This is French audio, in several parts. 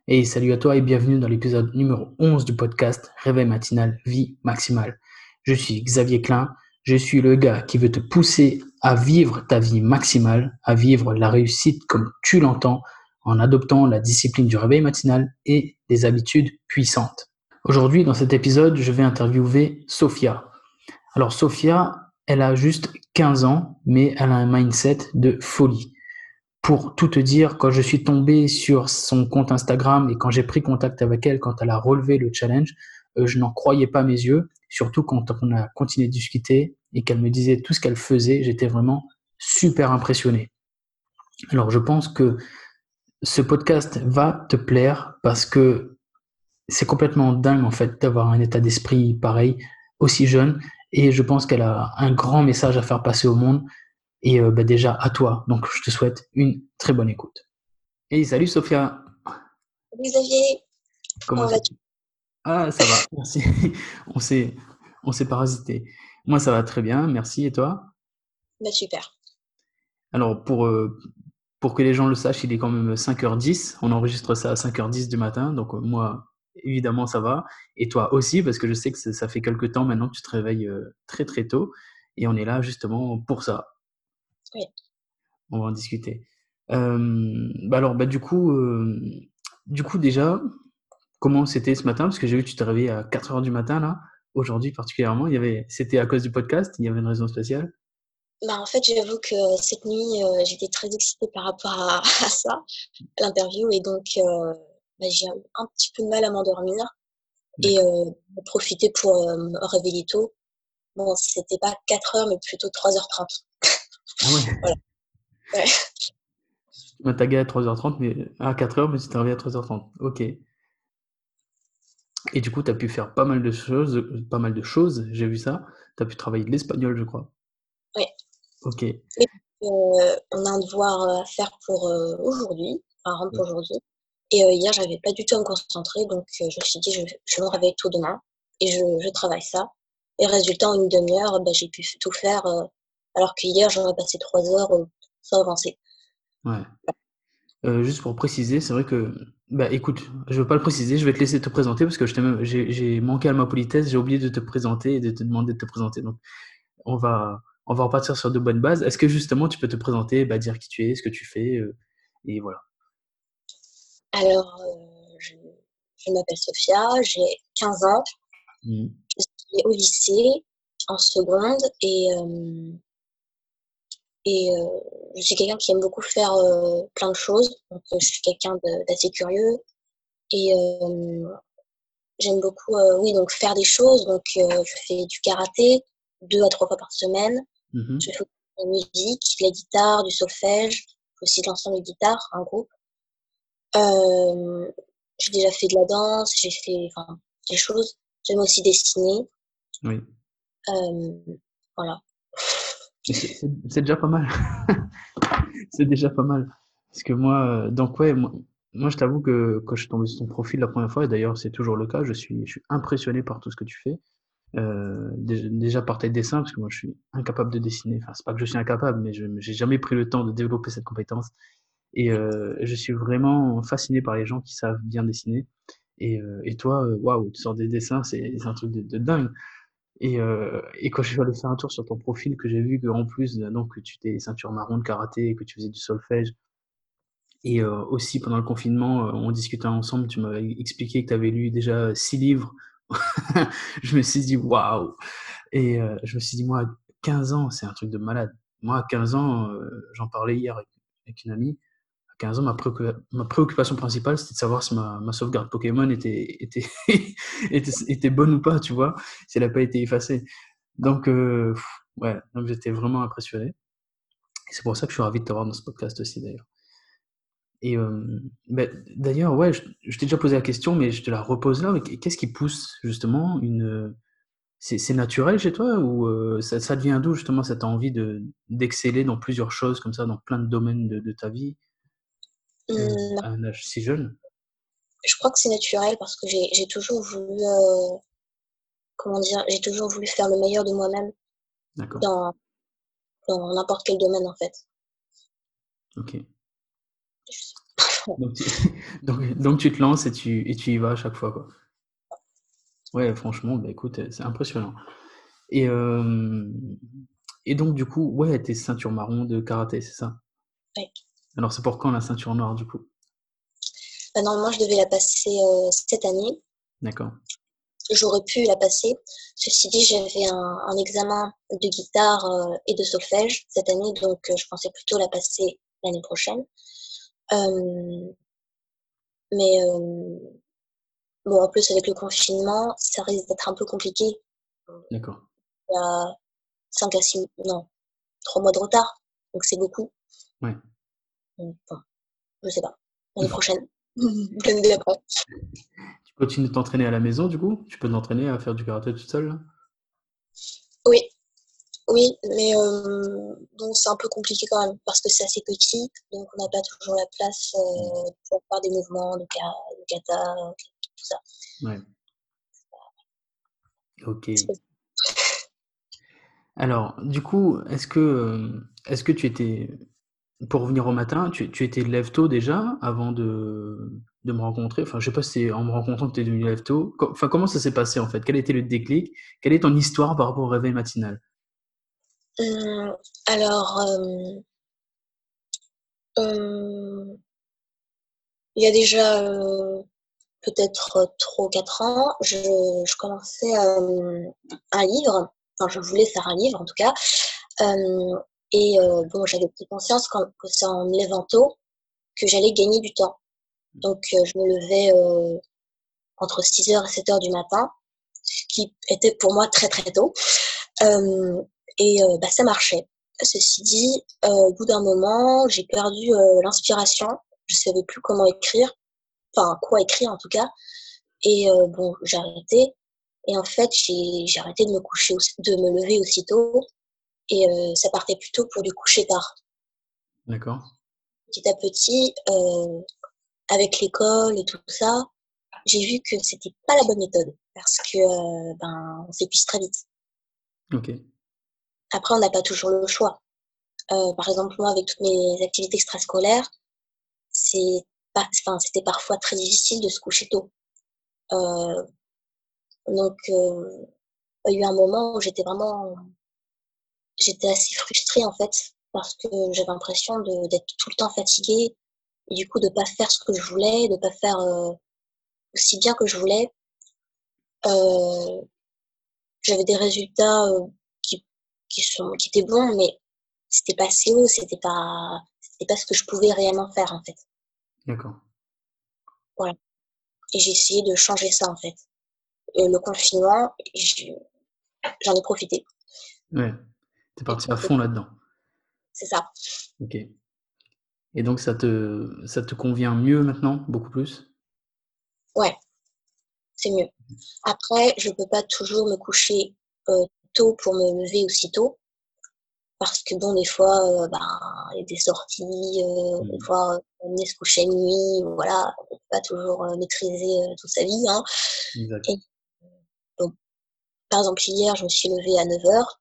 Et salut à toi et bienvenue dans l'épisode numéro 11 du podcast Réveil matinal, vie maximale. Je suis Xavier Klein, je suis le gars qui veut te pousser à vivre ta vie maximale, à vivre la réussite comme tu l'entends, en adoptant la discipline du réveil matinal et des habitudes puissantes. Aujourd'hui, dans cet épisode, je vais interviewer Sophia. Alors Sophia, elle a juste 15 ans, mais elle a un mindset de folie. Pour tout te dire, quand je suis tombé sur son compte Instagram et quand j'ai pris contact avec elle, quand elle a relevé le challenge, je n'en croyais pas mes yeux, surtout quand on a continué de discuter et qu'elle me disait tout ce qu'elle faisait, j'étais vraiment super impressionné. Alors je pense que ce podcast va te plaire parce que c'est complètement dingue en fait d'avoir un état d'esprit pareil, aussi jeune, et je pense qu'elle a un grand message à faire passer au monde et déjà à toi. Donc je te souhaite une très bonne écoute. Hey, salut Sophia, Salut Xavier, comment comment c'est? vas-tu? Ah, ça va, merci. On s'est, on s'est parasité. Moi, ça va très bien, merci. Et toi? Bah super. Alors, pour que les gens le sachent, il est quand même 5h10. On enregistre ça à 5h10 du matin. Donc, moi, évidemment, ça va. Et toi aussi, parce que je sais que ça fait quelque temps maintenant que tu te réveilles très, très tôt. Et on est là justement pour ça. Oui. On va en discuter. Alors, du coup, déjà, comment c'était ce matin? Parce que j'ai vu que tu t'es réveillé à 4h du matin, là. Aujourd'hui, particulièrement, c'était à cause du podcast? Il y avait une raison spéciale? Bah en fait, j'avoue que cette nuit, j'étais très excitée par rapport à, à ça, l'interview, et donc bah, j'ai eu un petit peu de mal à m'endormir et D'accord. profiter pour me réveiller tôt. Bon, c'était pas 4 heures, mais plutôt 3h30. Ah ouais. Voilà. Ouais. Tu m'as tagué à 3h30, mais à 4h, mais tu t'es réveillé à 3h30. Ok. Et du coup, tu as pu faire pas mal de choses, j'ai vu ça. Tu as pu travailler de l'espagnol, je crois. Ouais. Ok. Et on a un devoir à faire pour aujourd'hui, enfin rendre pour Ouais. aujourd'hui. Et hier, j'avais pas du tout à me concentrer, donc je me suis dit, je me réveille tôt demain et je travaille ça. Et résultat, en une demi-heure, bah, j'ai pu tout faire, alors qu'hier, j'aurais passé 3 heures, sans avancer. Ouais. Juste pour préciser, c'est vrai que, bah écoute, je veux pas le préciser, je vais te laisser te présenter parce que j'ai manqué à ma politesse, j'ai oublié de te présenter et de te demander de te présenter. Donc, on va repartir sur de bonnes bases. Est-ce que justement tu peux te présenter, bah, dire qui tu es, ce que tu fais, et voilà. Alors, je m'appelle Sophia, j'ai 15 ans, Mhm. je suis au lycée, en seconde, et je suis quelqu'un qui aime beaucoup faire, plein de choses. Donc, je suis quelqu'un d'assez curieux et j'aime beaucoup, oui, donc faire des choses. Donc, je fais du karaté 2 à 3 fois par semaine. Je Mhm. fais de la musique, de la guitare, du solfège, aussi de l'ensemble de guitare, un groupe. Hem, j'ai déjà fait de la danse, j'ai fait, enfin, des choses. J'aime aussi dessiner. Oui. Voilà. Et c'est déjà pas mal. C'est déjà pas mal. Parce que moi, donc ouais, moi je t'avoue que quand je suis tombé sur ton profil la première fois, et d'ailleurs c'est toujours le cas, je suis impressionné par tout ce que tu fais. Déjà par tes dessins, parce que moi je suis incapable de dessiner. Enfin, c'est pas que je suis incapable, mais j'ai jamais pris le temps de développer cette compétence. Et je suis vraiment fasciné par les gens qui savent bien dessiner. Et toi, waouh, tu sors des dessins, c'est un truc de dingue. Et quand je suis allé faire un tour sur ton profil, que j'ai vu qu'en plus, donc, que tu t'es ceinture marron de karaté, que tu faisais du solfège, et aussi pendant le confinement, on discutait ensemble, tu m'avais expliqué que tu avais lu déjà 6 livres. Je me suis dit, waouh! Et je me suis dit, moi, à 15 ans, c'est un truc de malade. Moi, à 15 ans, j'en parlais hier avec une amie. À 15 ans, ma préoccupation principale, c'était de savoir si ma sauvegarde Pokémon était bonne ou pas, tu vois, si elle n'a pas été effacée. Donc, ouais, donc j'étais vraiment impressionné. Et c'est pour ça que je suis ravi de t'avoir dans ce podcast aussi, d'ailleurs. Et d'ailleurs, ouais, je t'ai déjà posé la question, mais je te la repose là. Mais qu'est-ce qui pousse justement c'est naturel chez toi ou ça devient d'où justement cette envie d'exceller dans plusieurs choses comme ça, dans plein de domaines de ta vie Mmh, à un âge si jeune? je crois que c'est naturel parce que j'ai toujours voulu, comment dire? J'ai toujours voulu faire le meilleur de moi-même D'accord, dans n'importe quel domaine, en fait. ok. Donc tu, donc tu te lances et tu y vas à chaque fois, quoi. Ouais, franchement, bah écoute, c'est impressionnant. Et, euh, et donc, du coup, ouais, t'es ceinture marron de karaté, c'est ça? Ouais. Alors, c'est pour quand la ceinture noire, du coup? Normalement, je devais la passer cette année. D'accord. J'aurais pu la passer. Ceci dit, j'avais un examen de guitare et de solfège cette année, donc je pensais plutôt la passer l'année prochaine. Euh, mais bon, en plus, avec le confinement, ça risque d'être un peu compliqué. D'accord. Il y a 5 à 6, non, 3 mois de retard, donc c'est beaucoup. Ouais. Donc, bon, je sais pas. L'année prochaine. L'année d'après. Tu continues de t'entraîner à la maison, du coup? Tu peux t'entraîner à faire du karaté toute seule, là? Oui, oui, mais bon, c'est un peu compliqué quand même parce que c'est assez petit, donc on n'a pas toujours la place pour faire des mouvements de kata, tout ça. Ouais. Ok. C'est- Alors, du coup, est-ce que tu étais, pour revenir au matin, tu étais lève tôt déjà avant de me rencontrer? Enfin, je sais pas si c'est en me rencontrant que tu es devenu lève tôt. Enfin, comment ça s'est passé en fait? Quel était le déclic? Quelle est ton histoire par rapport au réveil matinal? Hum, alors, il y a déjà peut-être 3 ou 4 ans, je commençais un livre, enfin je voulais faire un livre en tout cas, euh, et bon, j'avais pris conscience que c'est en me levant tôt que j'allais gagner du temps. Donc je me levais entre 6 heures et 7 heures du matin, ce qui était pour moi très très tôt. Euh, et bah, ça marchait. Ceci dit, au bout d'un moment, j'ai perdu l'inspiration. Je savais plus comment écrire, enfin quoi écrire en tout cas. Et bon, j'ai arrêté. Et en fait, j'ai arrêté de me coucher, de me lever aussitôt. Et ça partait plutôt pour du coucher tard. D'accord? Petit à petit, avec l'école et tout ça, j'ai vu que c'était pas la bonne méthode parce que ben on s'épuise très vite. Ok. Après, on n'a pas toujours le choix. Par exemple, moi, avec toutes mes activités extrascolaires, c'est enfin, c'était parfois très difficile de se coucher tôt. Euh, donc, il y a eu un moment où j'étais assez frustrée en fait parce que j'avais l'impression d'être tout le temps fatiguée et du coup de pas faire ce que je voulais, de pas faire aussi bien que je voulais. Euh, J'avais des résultats qui, qui étaient bons, mais c'était pas assez haut, c'était pas ce que je pouvais réellement faire en fait. D'accord. Voilà. Et j'ai essayé de changer ça en fait. Le confinement, j'en ai profité. Ouais. T'es J'ai parti à profité, fond là-dedans. c'est ça. Ok. Et donc ça te convient mieux maintenant, beaucoup plus? Ouais, c'est mieux. Après, je peux pas toujours me coucher tôt pour me lever aussitôt. Parce que bon, des fois, ben, il y a des sorties, des Mhm. fois, on venait se coucher à minuit, voilà, on peut pas toujours maîtriser toute sa vie, hein. Exact. Et donc, par exemple, hier, je me suis levée à 9 heures.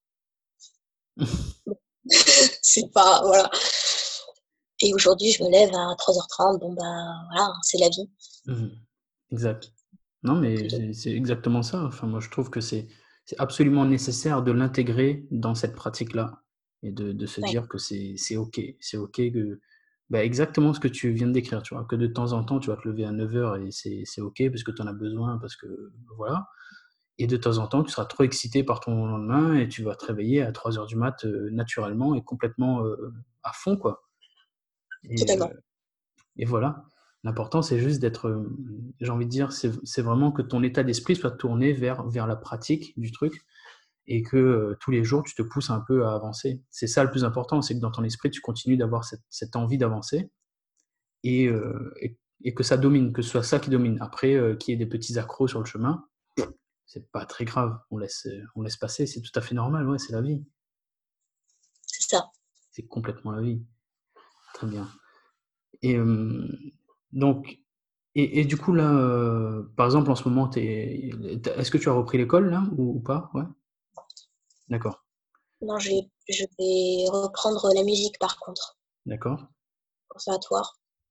C'est pas, voilà. Et aujourd'hui, je me lève à 3h30. Bon, bah, voilà, c'est la vie. Mhm. Exact. Non, mais c'est exactement ça. Enfin, moi, je trouve que c'est absolument nécessaire de l'intégrer dans cette pratique-là et de se Ouais, dire que c'est OK. C'est OK que, bah, exactement ce que tu viens de décrire, tu vois, que de temps en temps, tu vas te lever à 9 heures et c'est OK parce que tu en as besoin, parce que voilà. Et de temps en temps, tu seras trop excité par ton lendemain et tu vas te réveiller à 3 heures du mat, naturellement et complètement, à fond, quoi. Et totalement. et voilà. L'important, c'est juste d'être, j'ai envie de dire, c'est vraiment que ton état d'esprit soit tourné vers la pratique du truc et que tous les jours, tu te pousses un peu à avancer. C'est ça le plus important, c'est que dans ton esprit, tu continues d'avoir cette envie d'avancer et que ça domine, que ce soit ça qui domine. Après, qu'il y ait des petits accros sur le chemin, c'est pas très grave. On laisse passer, c'est tout à fait normal, ouais, c'est la vie. C'est ça. C'est complètement la vie. Très bien. Et donc, et du coup, là, par exemple, en ce moment, est-ce que tu as repris l'école, là, ou pas? Ouais, d'accord, Non, je vais reprendre la musique par contre, d'accord. conservatoire.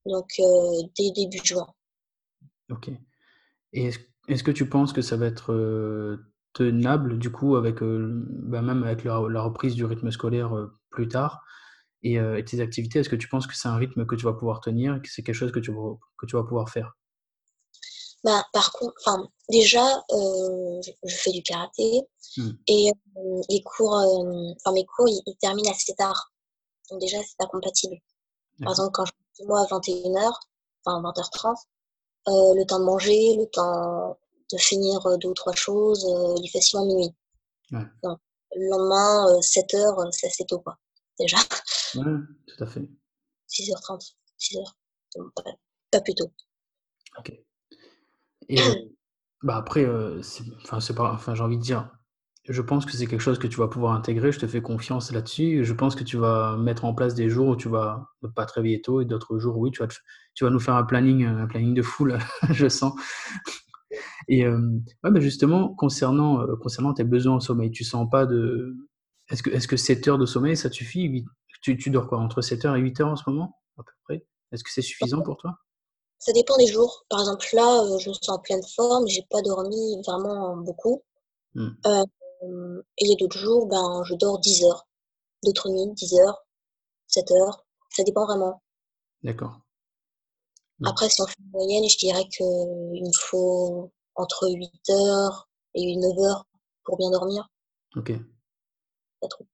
donc dès début juin. OK. Et est-ce que tu penses que ça va être, tenable du coup avec, même avec la reprise du rythme scolaire, plus tard et tes activités? Est-ce que tu penses que c'est un rythme que tu vas pouvoir tenir et que c'est quelque chose que tu vas pouvoir faire? Bah, par contre enfin, déjà, je fais du karaté Mmh, et les cours, enfin mes cours, ils terminent assez tard. Donc déjà, c'est pas compatible. Par d'accord. exemple, quand je rentre chez moi à 21:00, enfin 20:30, le temps de manger, le temps de finir, 2 ou 3 choses, il est facilement minuit. Ouais. Non. Le lendemain, 7:00, c'est assez tôt, quoi, déjà. Ouais, tout à fait. 6:30, 6:00, donc pas plus tôt. OK. Et bah, après, c'est pas j'ai envie de dire, je pense que c'est quelque chose que tu vas pouvoir intégrer, je te fais confiance là-dessus. Je pense que tu vas mettre en place des jours où tu vas ne pas te réveiller tôt et d'autres jours, oui, tu vas nous faire un planning de fou là, je sens. Et ouais, bah, justement concernant tes besoins en sommeil, tu sens pas de est-ce que 7 heures de sommeil, ça te suffit? Tu dors quoi? Entre 7 heures et 8 heures en ce moment, à peu près? Est-ce que c'est suffisant pour toi? Ça dépend des jours. Par exemple, là, je me sens en pleine forme, j'ai pas dormi vraiment beaucoup. Mmh, Hem et il y a d'autres jours, ben, je dors 10 heures. D'autres nuits, 10 heures, 7 heures, ça dépend vraiment. d'accord. Mmh, Après, si on fait une moyenne, je dirais qu'il me faut entre 8 heures et 9 heures pour bien dormir, OK. pas trop.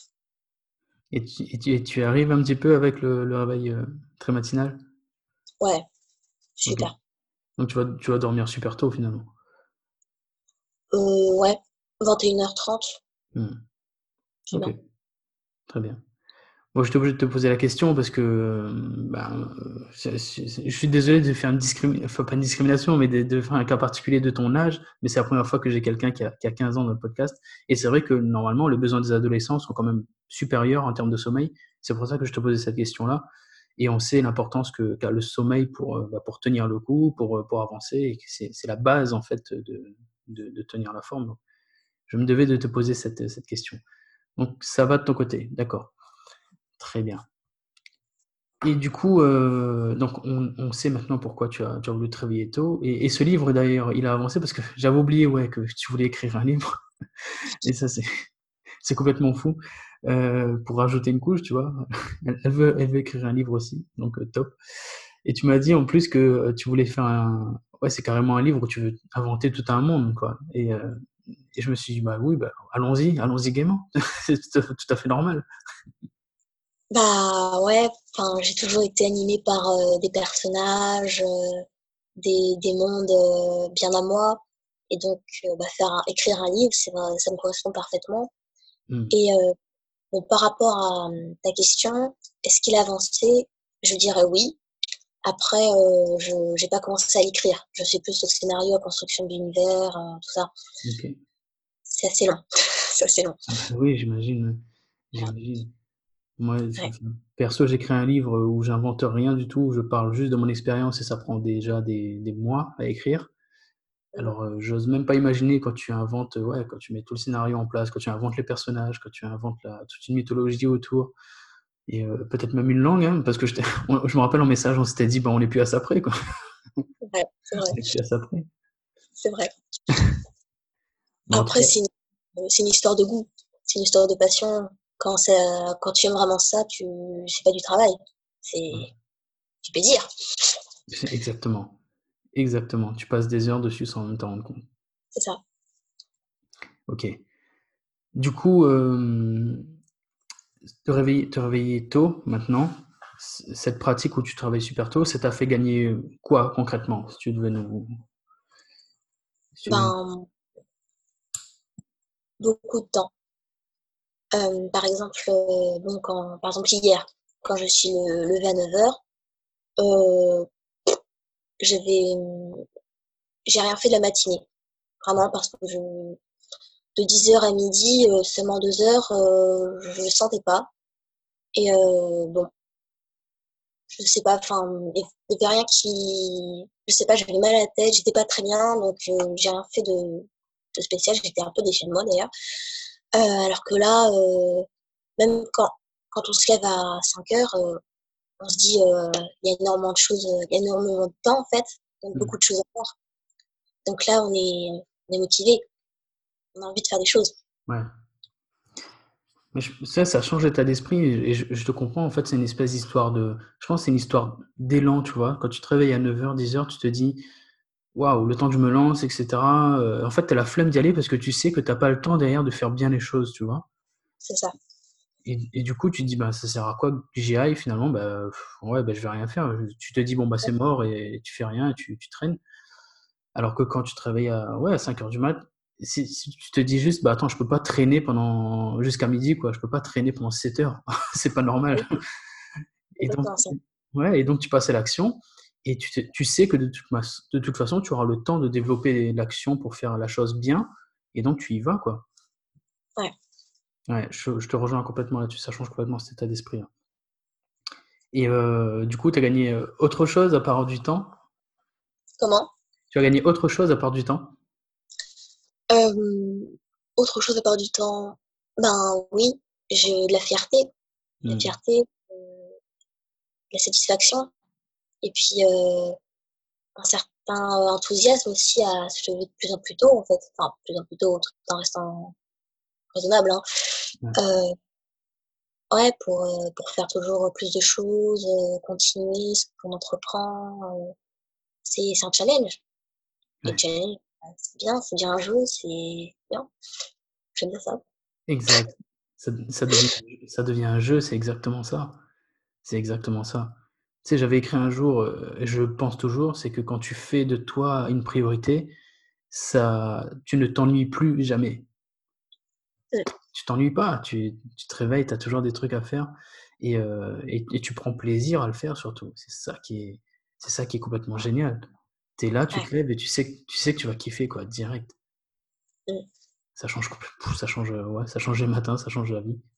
Et tu arrives un petit peu avec le réveil, très matinal? Ouais, OK. super. Donc tu vas dormir super tôt finalement? Ouais, 21:30, Mmh. c'est OK, bien. très bien. Bon, j'étais obligé de te poser la question parce que, je suis désolé de faire enfin pas une discrimination, mais de faire un cas particulier de ton âge, mais c'est la première fois que j'ai quelqu'un qui a 15 ans dans le podcast et c'est vrai que normalement les besoins des adolescents sont quand même supérieurs en termes de sommeil. C'est pour ça que je te posais cette question-là et on sait l'importance qu'a le sommeil pour tenir le coup, pour avancer et que c'est la base en fait de tenir la forme, donc je me devais de te poser cette question. Donc ça va de ton côté? D'accord, très bien. Et du coup, donc on sait maintenant pourquoi tu as voulu te réveiller tôt et ce livre d'ailleurs, il a avancé parce que j'avais oublié, ouais, que tu voulais écrire un livre et ça c'est complètement fou, pour rajouter une couche, tu vois? Elle veut écrire un livre aussi, donc top et tu m'as dit en plus que, tu voulais faire un ouais, c'est carrément un livre où tu veux inventer tout un monde, quoi et je me suis dit: «Bah oui, bah allons-y gaiement». C'est tout à fait normal. Bah, ouais, enfin, j'ai toujours été animée par, des personnages, des mondes, bien à moi et donc bah, écrire un livre, ça me correspond parfaitement Mmh. et bon, par rapport à, ta question, est-ce qu'il a avancé? Je dirais oui. Après, je j'ai pas commencé à l'écrire. Je suis plus au scénario, à construction de l'univers, tout ça. OK. C'est assez long. C'est assez long. Ah bah oui, j'imagine, ouais. Voilà. J'imagine. Moi, Ouais. perso, j'écris un livre, où j'invente rien du tout, je parle juste de mon expérience et ça prend déjà des mois à écrire. Mmh. Alors, j'ose même pas imaginer quand tu inventes, ouais, quand tu mets tout le scénario en place, quand tu inventes les personnages, quand tu inventes la toute une mythologie autour et peut-être même une langue, hein, parce que je me rappelle en message, on s'était dit: «Bah, on est plus à ça près, quoi». Ouais, c'est vrai, On est plus à ça près. c'est vrai. Bon, en tout Après, cas c'est une histoire de goût, c'est une histoire de passion. Quand tu aimes vraiment ça, c'est pas du travail, c'est ouais, du plaisir. c'est exactement, exactement. Tu passes des heures dessus sans même t'en rendre compte. C'est ça. OK. Du coup, te réveiller tôt maintenant, cette pratique où tu te réveilles super tôt, ça t'a fait gagner, quoi concrètement? Si tu veux. Ben, beaucoup de temps. Par exemple, bon, par exemple hier, quand je suis levée à 9:00, heu, j'avais, j'ai rien fait de la matinée. Vraiment parce que de 10 heures à midi, seulement 2 heures, je le sentais pas et bon, je sais pas, enfin, il y avait rien qui je sais pas, j'avais mal à la tête, j'étais pas très bien donc j'ai rien fait de spécial. J'étais un peu déçue de moi d'ailleurs. Alors que là, même quand on se lève à 5:00, on se dit, il y a énormément de choses, il y a énormément de temps, en fait, donc beaucoup de choses à faire. Donc là, on est motivé, on a envie de faire des choses. Ouais. Mais ça change l'état d'esprit et je te comprends. En fait, c'est une espèce d'histoire de. Je pense que c'est une histoire d'élan, tu vois. Quand tu te réveilles à 9h, 10h, tu te dis, waouh, le temps que je me lance, etc. En fait, tu as la flemme d'y aller parce que tu sais que tu n'as pas le temps derrière de faire bien les choses, tu vois. C'est ça. Et du coup, tu te dis, bah, ça sert à quoi que j'y aille finalement? Bah, ouais, bah, je vais rien faire. Tu te dis, bon, bah, c'est mort et tu fais rien et tu traînes. Alors que quand tu te réveilles à 5 heures du mat, si tu te dis juste, bah attends, je peux pas traîner pendant jusqu'à midi, quoi. Je peux pas traîner pendant 7 heures. C'est pas normal. Oui, c'est Et donc, exactement ça. ouais, et donc tu passes à l'action et tu sais que de toute façon, tu auras le temps de développer l'action pour faire la chose bien. Et donc, tu y vas, quoi. Ouais. Ouais, je te rejoins complètement là-dessus. Ça change complètement cet état d'esprit, hein. Et du coup, tu as gagné autre chose à part du temps? Comment? Tu as gagné autre chose à part du temps? Hem, Autre chose à part du temps, ben oui, j'ai de la fierté. La Hmm. fierté, la satisfaction et puis, un certain enthousiasme aussi à se lever de plus en plus tôt, en fait. Enfin, de plus en plus tôt, tout en restant raisonnable, hein. Ouais. Ouais, pour faire toujours plus de choses, continuer ce qu'on entreprend, c'est un challenge et le Ouais. challenge, bah, c'est bien un jeu, c'est bien. J'aime bien ça. Exact. Ça devient un jeu, c'est exactement ça. C'est exactement ça. Tu sais, j'avais écrit un jour, et je pense toujours, c'est que quand tu fais de toi une priorité, ça tu ne t'ennuies plus jamais. Mmh, Tu t'ennuies pas, tu te réveilles, tu as toujours des trucs à faire et tu prends plaisir à le faire surtout. C'est ça qui est complètement génial. Tu es là, tu ouais, te lèves et tu sais que tu vas kiffer quoi, direct. mmh. Ça change ça change, ouais, ça change les matins, ça change la vie.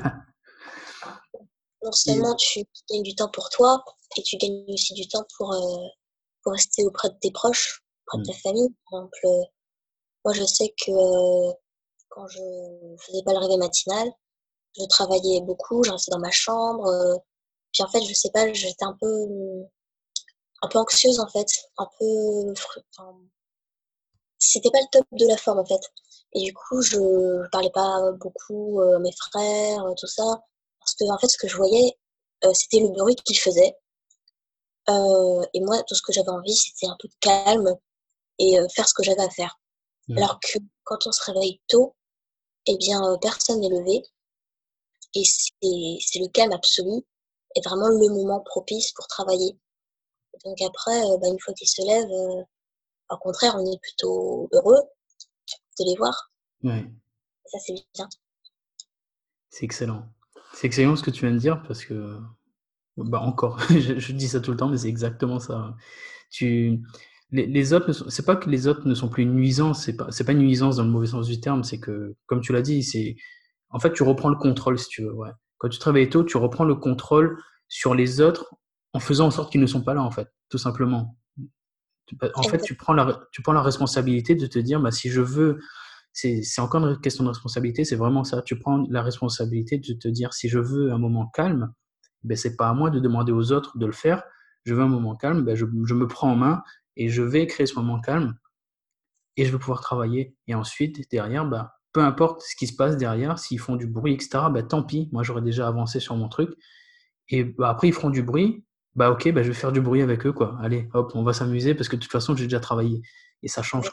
Non Et seulement tu gagnes du temps pour toi et tu gagnes aussi du temps pour rester auprès de tes proches, auprès de mmh, ta famille. Par exemple, moi je sais que, quand je faisais pas le réveil matinal, je travaillais beaucoup, je restais dans ma chambre, puis en fait, je sais pas, j'étais un peu anxieuse en fait, un peu enfin, c'était pas le top de la forme en fait. Et du coup, je parlais pas beaucoup, à mes frères, tout ça, parce que en fait, ce que je voyais, c'était le bruit qu'ils faisaient, et moi, tout ce que j'avais envie, c'était un peu de calme et faire ce que j'avais à faire. mmh, Alors que quand on se réveille tôt, eh bien, personne n'est levé et c'est le calme absolu et vraiment le moment propice pour travailler. Donc après, bah, une fois qu'ils se lèvent, au contraire, on est plutôt heureux de les voir ouais. et ça, c'est bien. C'est excellent. C'est excellent ce que tu viens de dire parce que, bah, encore, je dis ça tout le temps, mais c'est exactement ça. Tu les autres ne sont c'est pas que les autres ne sont plus une nuisance, c'est pas une nuisance dans le mauvais sens du terme, c'est que, comme tu l'as dit, c'est en fait, tu reprends le contrôle si tu veux, ouais. Quand tu te réveilles tôt, tu reprends le contrôle sur les autres en faisant en sorte qu'ils ne sont pas là, en fait, tout simplement. En fait, Exact, tu prends la responsabilité de te dire: «Bah, si je veux». C'est encore une question de responsabilité, c'est vraiment ça. Tu prends la responsabilité de te dire: «Si je veux un moment calme, beh, c'est pas à moi de demander aux autres de le faire. Je veux un moment calme, bah, je me prends en main et je vais créer ce moment calme et je vais pouvoir travailler». Et ensuite, derrière, bah, peu importe ce qui se passe derrière, s'ils font du bruit et cetera, bah, tant pis. Moi, j'aurais déjà avancé sur mon truc et bah, après ils feront du bruit, bah, OK, bah, je vais faire du bruit avec eux, quoi. Allez, hop, on va s'amuser parce que de toute façon, j'ai déjà travaillé et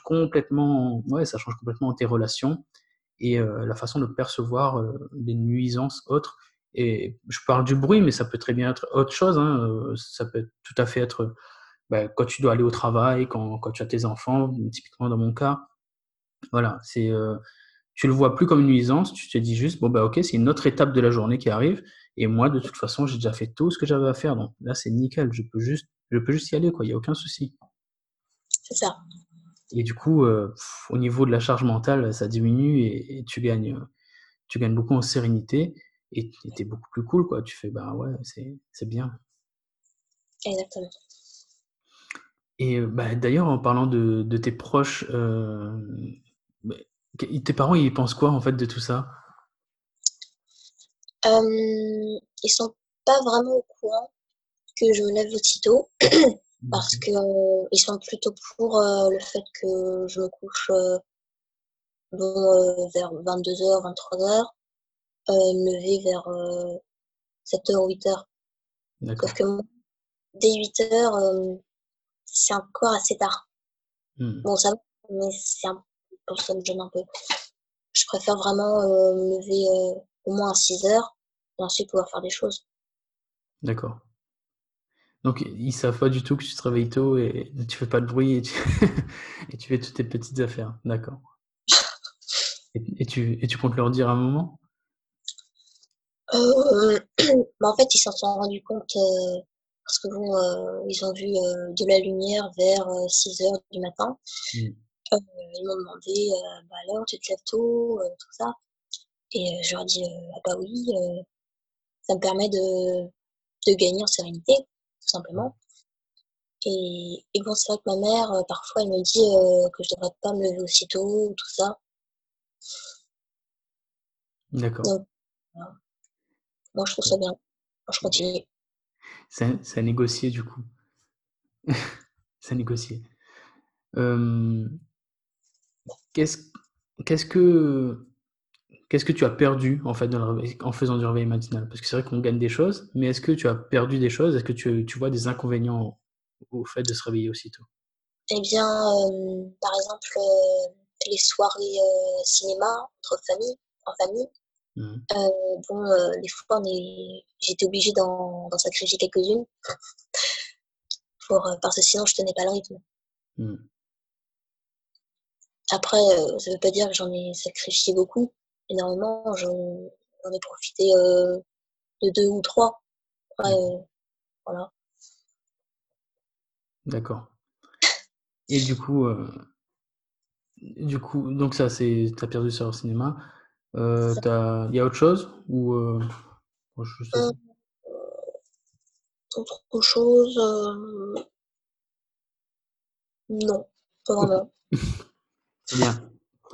ça change complètement tes relations et la façon de percevoir, les nuisances autres. Et je parle du bruit, mais ça peut très bien être autre chose, hein, ça peut tout à fait être, bah, quand tu dois aller au travail, quand tu as tes enfants, typiquement dans mon cas. Voilà, tu le vois plus comme une nuisance, tu te dis juste: «Bon, bah, OK, c'est une autre étape de la journée qui arrive et moi, de toute façon, j'ai déjà fait tout ce que j'avais à faire, donc là, c'est nickel, je peux juste y aller, quoi, il y a aucun souci». c'est ça. Et du coup, au niveau de la charge mentale, ça diminue et tu gagnes beaucoup en sérénité et tu es beaucoup plus cool, quoi. Tu fais: «Bah, ouais, c'est bien». Exactement. Et bah, d'ailleurs, en parlant de tes proches, bah, tes parents, ils pensent quoi, en fait, de tout ça? Ils sont pas vraiment au courant, que je me lève aussitôt parce D'accord. que ils sont plutôt pour le fait que je me couche vers 22h, 23h, me lever vers 7h ou 8h. Sauf D'accord. que moi, dès 8h, c'est encore assez tard. Hmm. Bon, ça va, mais ça me gêne un peu. Je préfère vraiment me lever au moins à 6h et ensuite pouvoir faire des choses. D'accord. Donc, ils savent pas du tout que tu te réveilles tôt et tu fais pas de bruit et et tu fais toutes tes petites affaires. D'accord. Et tu comptes leur dire à un moment? Euh, en fait, ils s'en sont rendus compte parce que bon, ils ont vu de la lumière vers 6h du matin. Hmm. Ils m'ont demandé bah alors, tu te lèves tôt, tout ça. Et je leur dis ah bah oui, ça me permet de gagner en sérénité, tout simplement. Et bon, c'est vrai que ma mère, parfois, elle me dit que je devrais pas me lever aussitôt, tout ça. D'accord. Donc, voilà. Moi, je trouve ça bien. Moi, je continue. C'est à négocier du coup. C'est à négocier. Euh, qu'est-ce, qu'est-ce que, qu'est-ce que tu as perdu en fait en faisant du réveil matinal? Parce que c'est vrai qu'on gagne des choses, mais est-ce que tu as perdu des choses? Est-ce que tu vois des inconvénients au fait de se réveiller aussitôt? Eh bien, par exemple, les soirées cinéma en famille, Mhm. bon, des fois, j'étais obligée d'en sacrifier quelques-unes parce que sinon, je tenais pas le rythme. Mhm. Après, ça veut pas dire que j'en ai sacrifié beaucoup, énormément. J'en ai profité de 2 ou 3. Après, D'accord. voilà. D'accord. Et du coup, donc ça, t'as perdu ça au cinéma. Ça Il y a autre chose ou bon, je sais ça. Heu, autre chose, non, pas Ok, vraiment. très bien.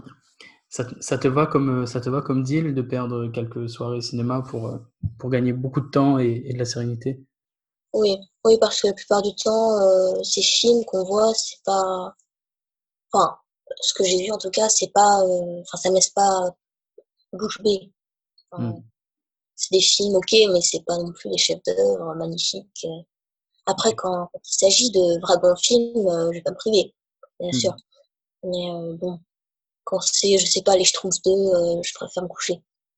Ça te va comme deal de perdre quelques soirées cinéma pour gagner beaucoup de temps et de la sérénité? Oui, oui, parce que la plupart du temps, ces films qu'on voit, c'est pas enfin, ce que j'ai vu en tout cas, c'est pas, enfin, ça me laisse pas bouche bée. Enfin, Hmm. c'est des films, OK, mais c'est pas non plus des chefs-d'œuvre magnifiques. Après, Ok. quand il s'agit de vrais bons films, je vais pas me priver, bien sûr. Hmm. Mais bon, quand c'est, je sais pas, Les Schtroumpfs 2, je préfère me coucher.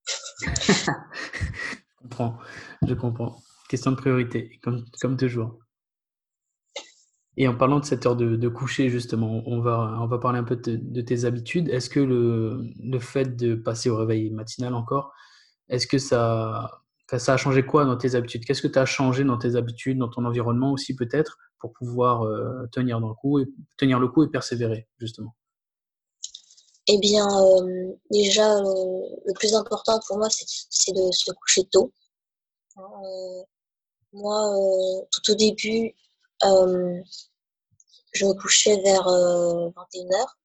Je comprends, je comprends. Question de priorité, comme toujours. Et en parlant de cette heure de coucher, justement, on va parler un peu de tes habitudes. Est-ce que le fait de passer au réveil matinal encore, est-ce que enfin, ça a changé quoi dans tes habitudes? Qu'est-ce que tu as changé dans tes habitudes, dans ton environnement aussi peut-être, pour pouvoir tenir le coup et persévérer, justement? Eh bien, déjà, le plus important pour moi, c'est de se coucher tôt, hein. Moi, tout au début, hem, je me couchais vers 21h,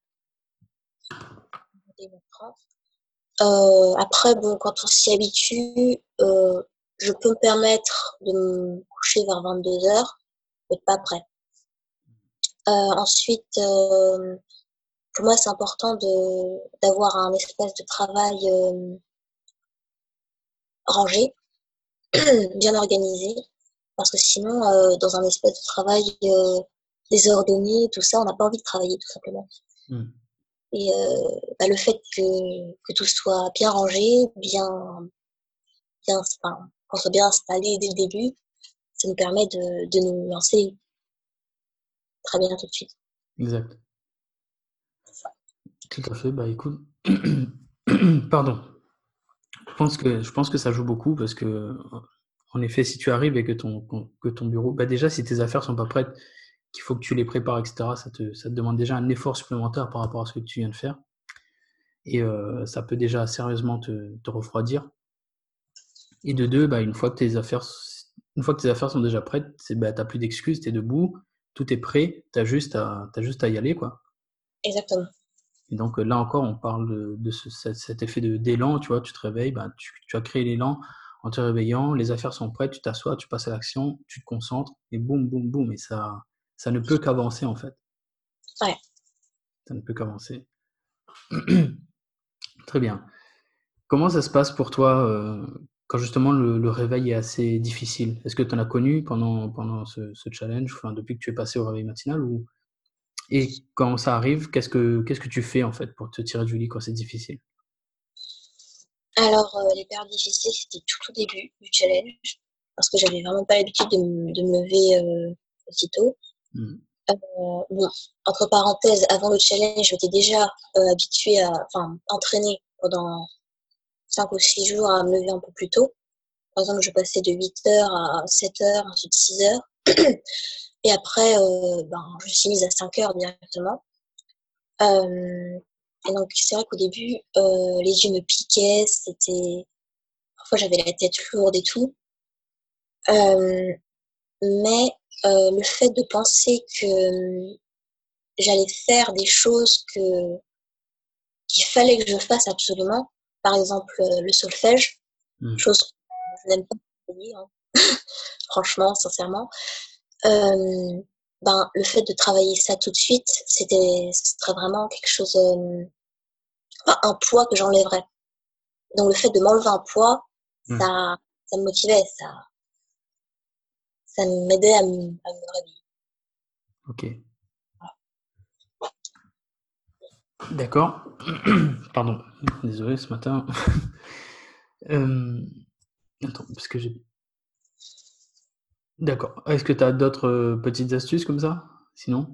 21h30. Après bon, quand on s'y habitue, je peux me permettre de me coucher vers 22h, mais pas après. Ensuite, pour moi, c'est important d'avoir un espace de travail, rangé, bien organisé, parce que sinon, dans un espace de travail, désordonné, tout ça, on n'a pas envie de travailler, tout simplement. Mmh. Et bah, le fait que tout soit bien rangé, enfin, qu'on soit bien installé dès le début, ça nous permet de nous lancer très bien tout de suite. Exact. Tout à fait. Bah, écoute, pardon. Je pense que ça joue beaucoup parce que, en effet, si tu arrives et que ton bureau, bah déjà, si tes affaires sont pas prêtes, qu'il faut que tu les prépares, etc., ça te demande déjà un effort supplémentaire par rapport à ce que tu viens de faire. Et ça peut déjà sérieusement te refroidir. Et de deux, bah, une fois que tes affaires sont déjà prêtes, bah, t'as plus d'excuses, t'es debout, tout est prêt, t'as juste à y aller, quoi. Exactement. Et donc là encore, on parle de cet effet d'élan, tu vois, tu te réveilles, bah, tu as créé l'élan en te réveillant, les affaires sont prêtes, tu t'assois, tu passes à l'action, tu te concentres, et boum, boum, boum, et ça ne peut qu'avancer, en fait. Ouais. Ça ne peut qu'avancer. Très bien. Comment ça se passe pour toi quand justement le réveil est assez difficile? Est-ce que tu en as connu pendant ce challenge, enfin, depuis que tu es passé au réveil matinal ou et quand ça arrive, qu'est-ce que tu fais en fait pour te tirer du lit quand c'est difficile? Alors, les périodes difficiles, c'était tout au début du challenge, parce que j'avais vraiment pas l'habitude de me lever, aussitôt. Mmh. Bon, entre parenthèses, avant le challenge, je m'étais déjà, habituée entraînée pendant 5 ou 6 jours à me lever un peu plus tôt. Par exemple, je passais de 8 heures à 7 heures, ensuite 6 heures. Et après, je me suis mise à 5 heures directement. Hem et donc c'est vrai qu'au début, les yeux me piquaient, parfois j'avais la tête lourde et tout. Hem, mais le fait de penser que, j'allais faire des choses qu'il fallait que je fasse absolument, par exemple, le solfège, Mmh. chose que je n'aime pas travailler, hein, franchement, sincèrement. Hem, le fait de travailler ça tout de suite, ce serait vraiment quelque chose, un poids que j'enlèverais. Donc le fait de m'enlever un poids, Mmh. ça ça me motivait, ça m'aidait à me réveiller. OK. D'accord. Pardon, désolé ce matin. Hem, attends, parce que j'ai d'accord. Est-ce que tu as d'autres, petites astuces comme ça? Sinon?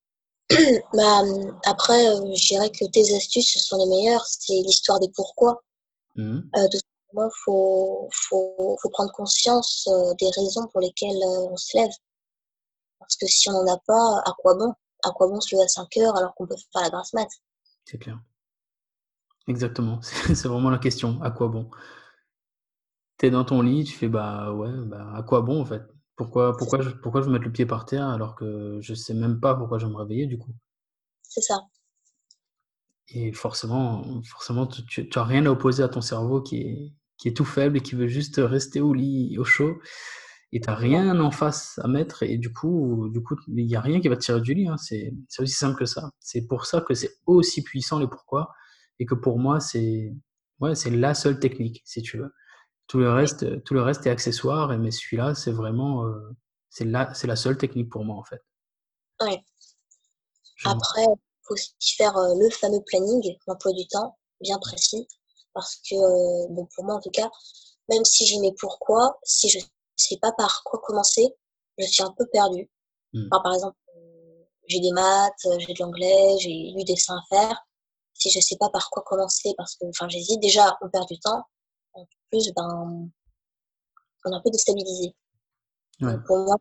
Après, je dirais que tes astuces, ce sont les meilleures, c'est l'histoire des pourquoi. Mmh. Tout simplement, faut prendre conscience, des raisons pour lesquelles, on se lève. Parce que si on n'en a pas, à quoi bon? À quoi bon se lever à 5 heures alors qu'on peut faire la grasse mat? C'est clair. Exactement, c'est vraiment la question, à quoi bon? Tu es dans ton lit, tu fais: «Bah, ouais, bah, à quoi bon, en fait? Pourquoi je veux mettre le pied par terre alors que je sais même pas pourquoi je vais me réveiller, du coup?» C'est ça. Et forcément tu as rien à opposer à ton cerveau qui est tout faible et qui veut juste rester au lit, au chaud et tu as Non. rien en face à mettre et du coup, il y a rien qui va te tirer du lit, hein. C'est aussi simple que ça. C'est pour ça que c'est aussi puissant les pourquoi et que pour moi, ouais, c'est la seule technique, si tu veux. Tout le reste est accessoire mais celui-là, c'est vraiment, c'est la seule technique pour moi, en fait. Ouais. J'aime Après, faut aussi faire, le fameux planning, l'emploi du temps, bien précis. Parce que, bon, pour moi en tout cas, même si j'ai mes pourquoi, si je sais pas par quoi commencer, je suis un peu perdue. mmh, Enfin, par exemple, j'ai des maths, j'ai de l'anglais, j'ai du dessin à faire. Si je sais pas par quoi commencer parce que j'hésite, déjà on perd du temps. En plus, on est un peu déstabilisé. ouais, Donc pour moi,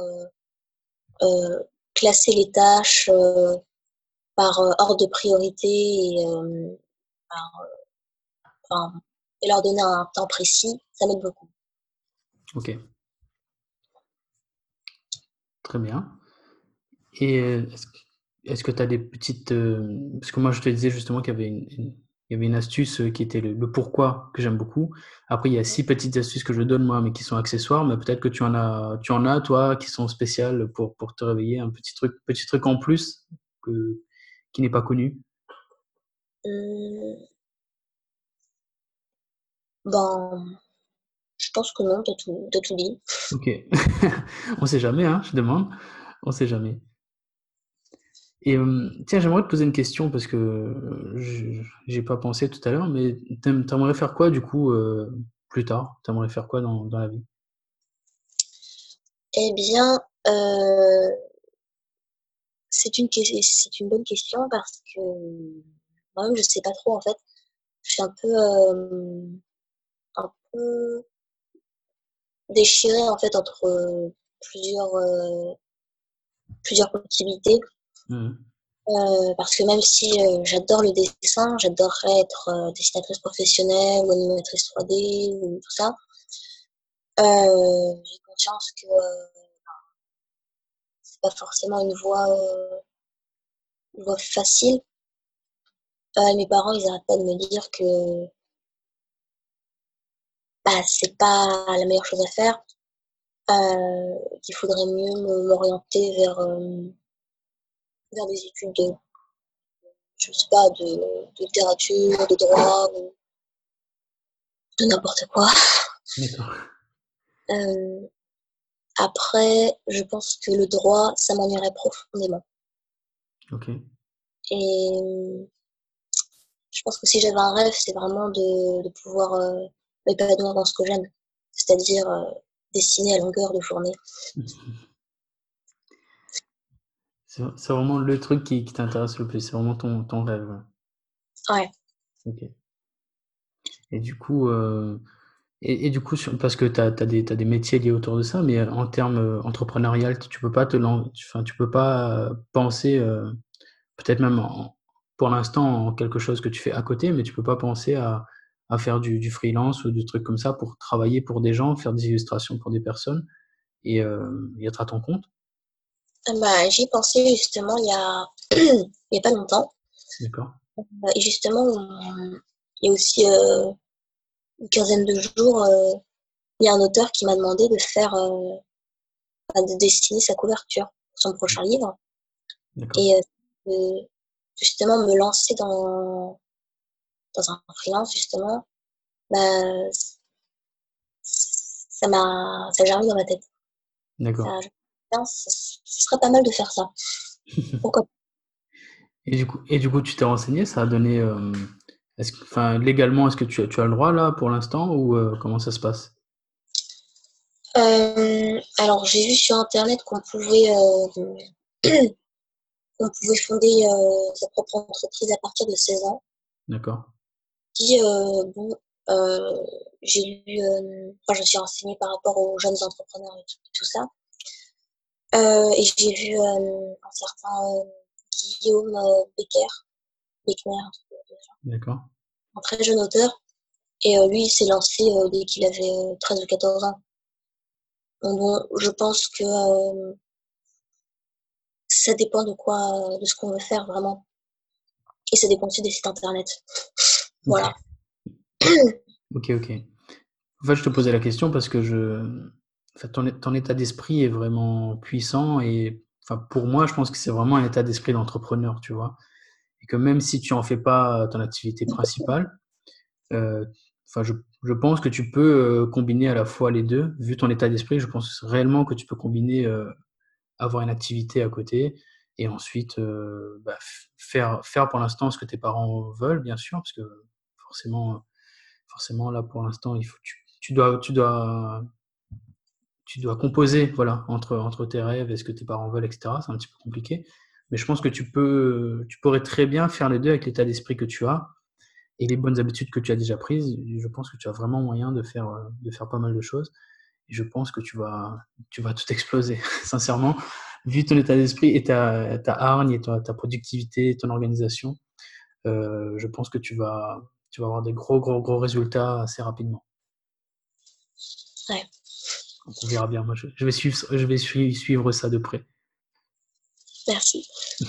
heu, classer les tâches, par, ordre de priorité et par, et leur donner un temps précis, ça m'aide beaucoup. OK, très bien. Et est-ce que tu as des petites, parce que moi je te disais justement qu'il y avait une astuce, qui était le pourquoi que j'aime beaucoup. Après il y a 6 petites astuces que je donne moi, mais qui sont accessoires, mais peut-être que tu en as toi qui sont spéciales pour te réveiller, un petit truc en plus que qui n'est pas connu? Mmh, ben, je pense que non, tu as tout dit. OK. On sait jamais, hein, je demande, on sait jamais. Et tiens, j'aimerais te poser une question parce que, j'y ai pas pensé tout à l'heure, mais tu aimerais faire quoi du coup, plus tard? Tu aimerais faire quoi dans la vie? Eh bien, c'est une bonne question parce que moi-même je sais pas trop en fait. Je suis un peu déchirée en fait entre, plusieurs, plusieurs possibilités. Mmh mh. Parce que même si, j'adore le dessin, j'adorerais être, dessinatrice professionnelle ou animatrice 3D ou tout ça. J'ai conscience que, c'est pas forcément une voie facile. Mes parents, ils arrêtent pas de me dire que, bah, c'est pas la meilleure chose à faire, qu'il faudrait mieux m'orienter vers des études de, je sais pas, de littérature, de droit ou de n'importe quoi. D'accord. Euh, Après, je pense que le droit, ça m'ennuierait profondément. Ok. Et je pense que si j'avais un rêve, c'est vraiment de pouvoir m'épanouir dans ce que j'aime, c'est-à-dire dessiner à longueur de journée. C'est vraiment le truc qui t'intéresse le plus. C'est vraiment ton rêve. Ouais. Ouais. Ok. Et du coup, et du coup, parce que t'as des métiers liés autour de ça, mais en termes entrepreneurial, tu peux pas enfin, tu peux pas penser, peut-être même pour l'instant, en quelque chose que tu fais à côté, mais tu peux pas penser à faire du freelance ou des trucs comme ça pour travailler pour des gens, faire des illustrations pour des personnes et être à ton compte. Bah, j'y ai pensé justement il y a pas longtemps. D'accord. Et justement, il y a aussi une quinzaine de jours, il y a un auteur qui m'a demandé de faire, de dessiner sa couverture pour son prochain livre. D'accord. Et de justement me lancer dans un freelance, justement, bah, ça a germé dans ma tête. Ça, D'accord. putain, ce serait pas mal de faire ça. Pourquoi pas? Et du coup, tu t'es renseigné, ça a donné, enfin, légalement, est-ce que tu as le droit là pour l'instant ou comment ça se passe? Alors, j'ai vu sur Internet qu'on pouvait fonder sa propre entreprise à partir de 16 ans. D'accord. Puis, bon, j'ai lu, enfin, je me suis renseignée par rapport aux jeunes entrepreneurs et tout ça. Et j'ai vu un certain Guillaume Beckner, un truc de genre, D'accord. un très jeune auteur. Et lui, il s'est lancé dès qu'il avait 13 ou 14 ans. Donc, bon, je pense que ça dépend de ce qu'on veut faire vraiment. Et ça dépend aussi des sites internet. Ok. Voilà. Ok, ok. En fait, je te posais la question parce que en fait, ton état d'esprit est vraiment puissant et enfin, pour moi, je pense que c'est vraiment un état d'esprit d'entrepreneur, tu vois. Et que même si tu en fais pas ton activité principale, euh, enfin, je pense que tu peux combiner à la fois les deux. Vu ton état d'esprit, je pense réellement que tu peux combiner avoir une activité à côté et ensuite bah, faire pour l'instant ce que tes parents veulent, bien sûr, parce que forcément, forcément là pour l'instant, tu dois composer voilà, entre tes rêves et ce que tes parents veulent, etc. C'est un petit peu compliqué. Mais je pense que tu pourrais très bien faire les deux avec l'état d'esprit que tu as et les bonnes habitudes que tu as déjà prises. Je pense que tu as vraiment moyen de faire pas mal de choses. Et je pense que tu vas tout exploser, sincèrement. Vu ton état d'esprit et ta hargne et ta productivité, ton organisation, je pense que tu vas avoir des gros résultats assez rapidement. Ouais, Donc on verra bien. Moi, je vais suivre ça de près. merci.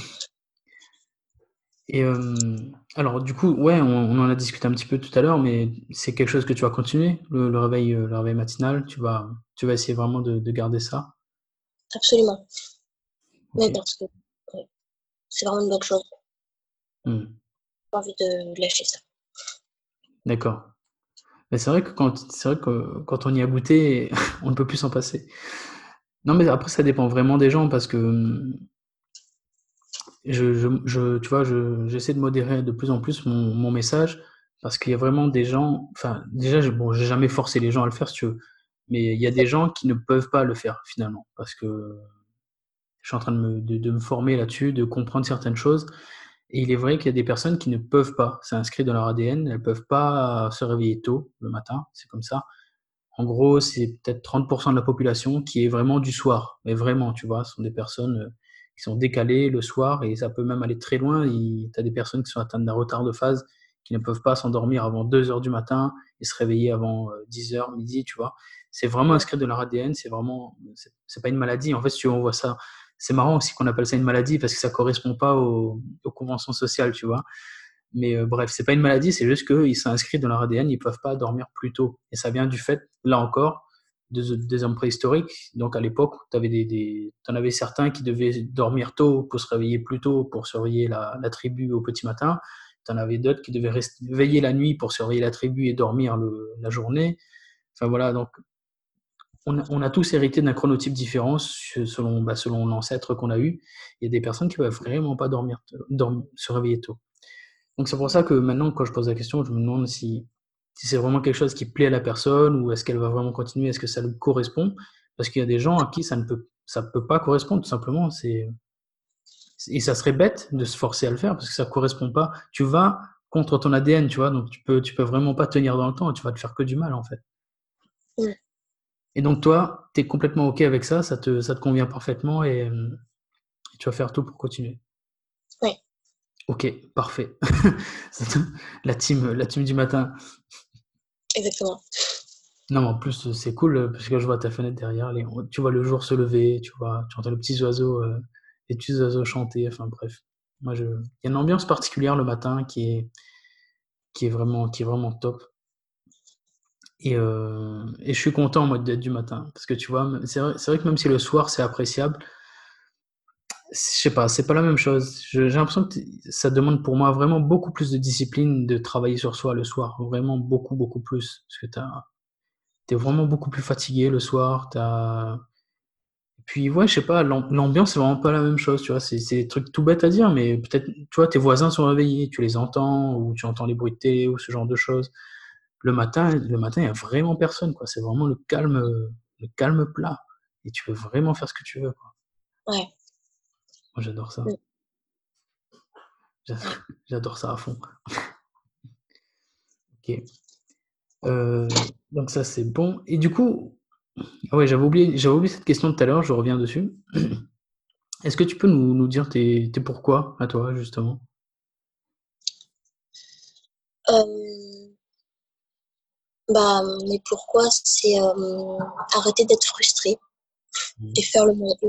Et alors, du coup, ouais, on en a discuté un petit peu tout à l'heure, mais c'est quelque chose que tu vas continuer, le réveil matinal. Tu vas essayer vraiment de garder ça. Absolument. Ok. Même parce que ouais, c'est vraiment une bonne chose. Hmm. J'ai pas envie de lâcher ça. D'accord. Mais c'est vrai que quand on y a goûté, on ne peut plus s'en passer. Non, mais après, ça dépend vraiment des gens parce que tu vois, j'essaie de modérer de plus en plus mon message parce qu'il y a vraiment des gens, enfin, déjà, bon, j'ai jamais forcé les gens à le faire, si tu veux, mais il y a des gens qui ne peuvent pas le faire finalement parce que je suis en train de me former là-dessus, de comprendre certaines choses. Et il est vrai qu'il y a des personnes qui ne peuvent pas, c'est inscrit dans leur ADN, elles peuvent pas se réveiller tôt le matin, c'est comme ça. En gros, c'est peut-être 30% de la population qui est vraiment du soir. Mais vraiment, tu vois, ce sont des personnes qui sont décalées le soir et ça peut même aller très loin. Tu as des personnes qui sont atteintes d'un retard de phase qui ne peuvent pas s'endormir avant 2 heures du matin et se réveiller avant 10 heures, midi, tu vois. C'est vraiment Ouais. inscrit dans leur ADN, c'est pas une maladie. En fait, si on voit ça, c'est marrant aussi qu'on appelle ça une maladie parce que ça correspond pas aux conventions sociales, tu vois. Mais bref, c'est pas une maladie, c'est juste qu'ils sont inscrits dans leur ADN, ils peuvent pas dormir plus tôt. Et ça vient du fait, là encore, des hommes préhistoriques. Donc à l'époque, t'en avais certains qui devaient dormir tôt pour se réveiller plus tôt pour surveiller la tribu au petit matin. T'en avais d'autres qui devaient veiller la nuit pour surveiller la tribu et dormir la journée. Enfin voilà, donc on a tous hérité d'un chronotype différent selon l'ancêtre qu'on a eu. Il y a des personnes qui peuvent vraiment pas se réveiller tôt. Donc c'est pour ça que maintenant, quand je pose la question, je me demande si c'est vraiment quelque chose qui plaît à la personne ou est-ce qu'elle va vraiment continuer, est-ce que ça lui correspond? Parce qu'il y a des gens à qui ça peut pas correspondre, tout simplement. Et ça serait bête de se forcer à le faire parce que ça correspond pas. Tu vas contre ton ADN, tu vois, donc tu peux vraiment pas tenir dans le temps et tu vas te faire que du mal, en fait. Mm. Et donc toi, tu es complètement OK avec ça, ça te convient parfaitement et tu vas faire tout pour continuer. Oui. OK, parfait. La team du matin. Exactement. Non, mais en plus, c'est cool parce que je vois ta fenêtre derrière, tu vois le jour se lever, tu entends les petits oiseaux chanter, enfin bref. Il y a une ambiance particulière le matin qui est vraiment top. Et je suis content, moi, d'être du matin. Parce que tu vois, c'est vrai que même si le soir c'est appréciable, je sais pas, c'est pas la même chose. J'ai l'impression que ça demande pour moi vraiment beaucoup plus de discipline de travailler sur soi le soir. Vraiment beaucoup, beaucoup plus. Parce que t'es vraiment beaucoup plus fatigué le soir. Puis ouais, je sais pas, l'ambiance c'est vraiment pas la même chose, tu vois. C'est des trucs tout bêtes à dire, mais peut-être, tu vois, tes voisins sont réveillés, tu les entends, ou tu entends les bruits de télé, ou ce genre de choses. Le matin, il y a vraiment personne, quoi. C'est vraiment le calme plat. Et tu peux vraiment faire ce que tu veux, quoi. Ouais. Moi, j'adore ça. Mm. J'adore, Ouais. j'adore ça à fond. Ok. Donc ça, c'est bon. Et du coup, ah ouais, j'avais oublié cette question tout à l'heure, je reviens dessus. Est-ce que tu peux nous dire tes pourquoi à toi, justement? Euh, mais pourquoi c'est arrêter d'être frustré et faire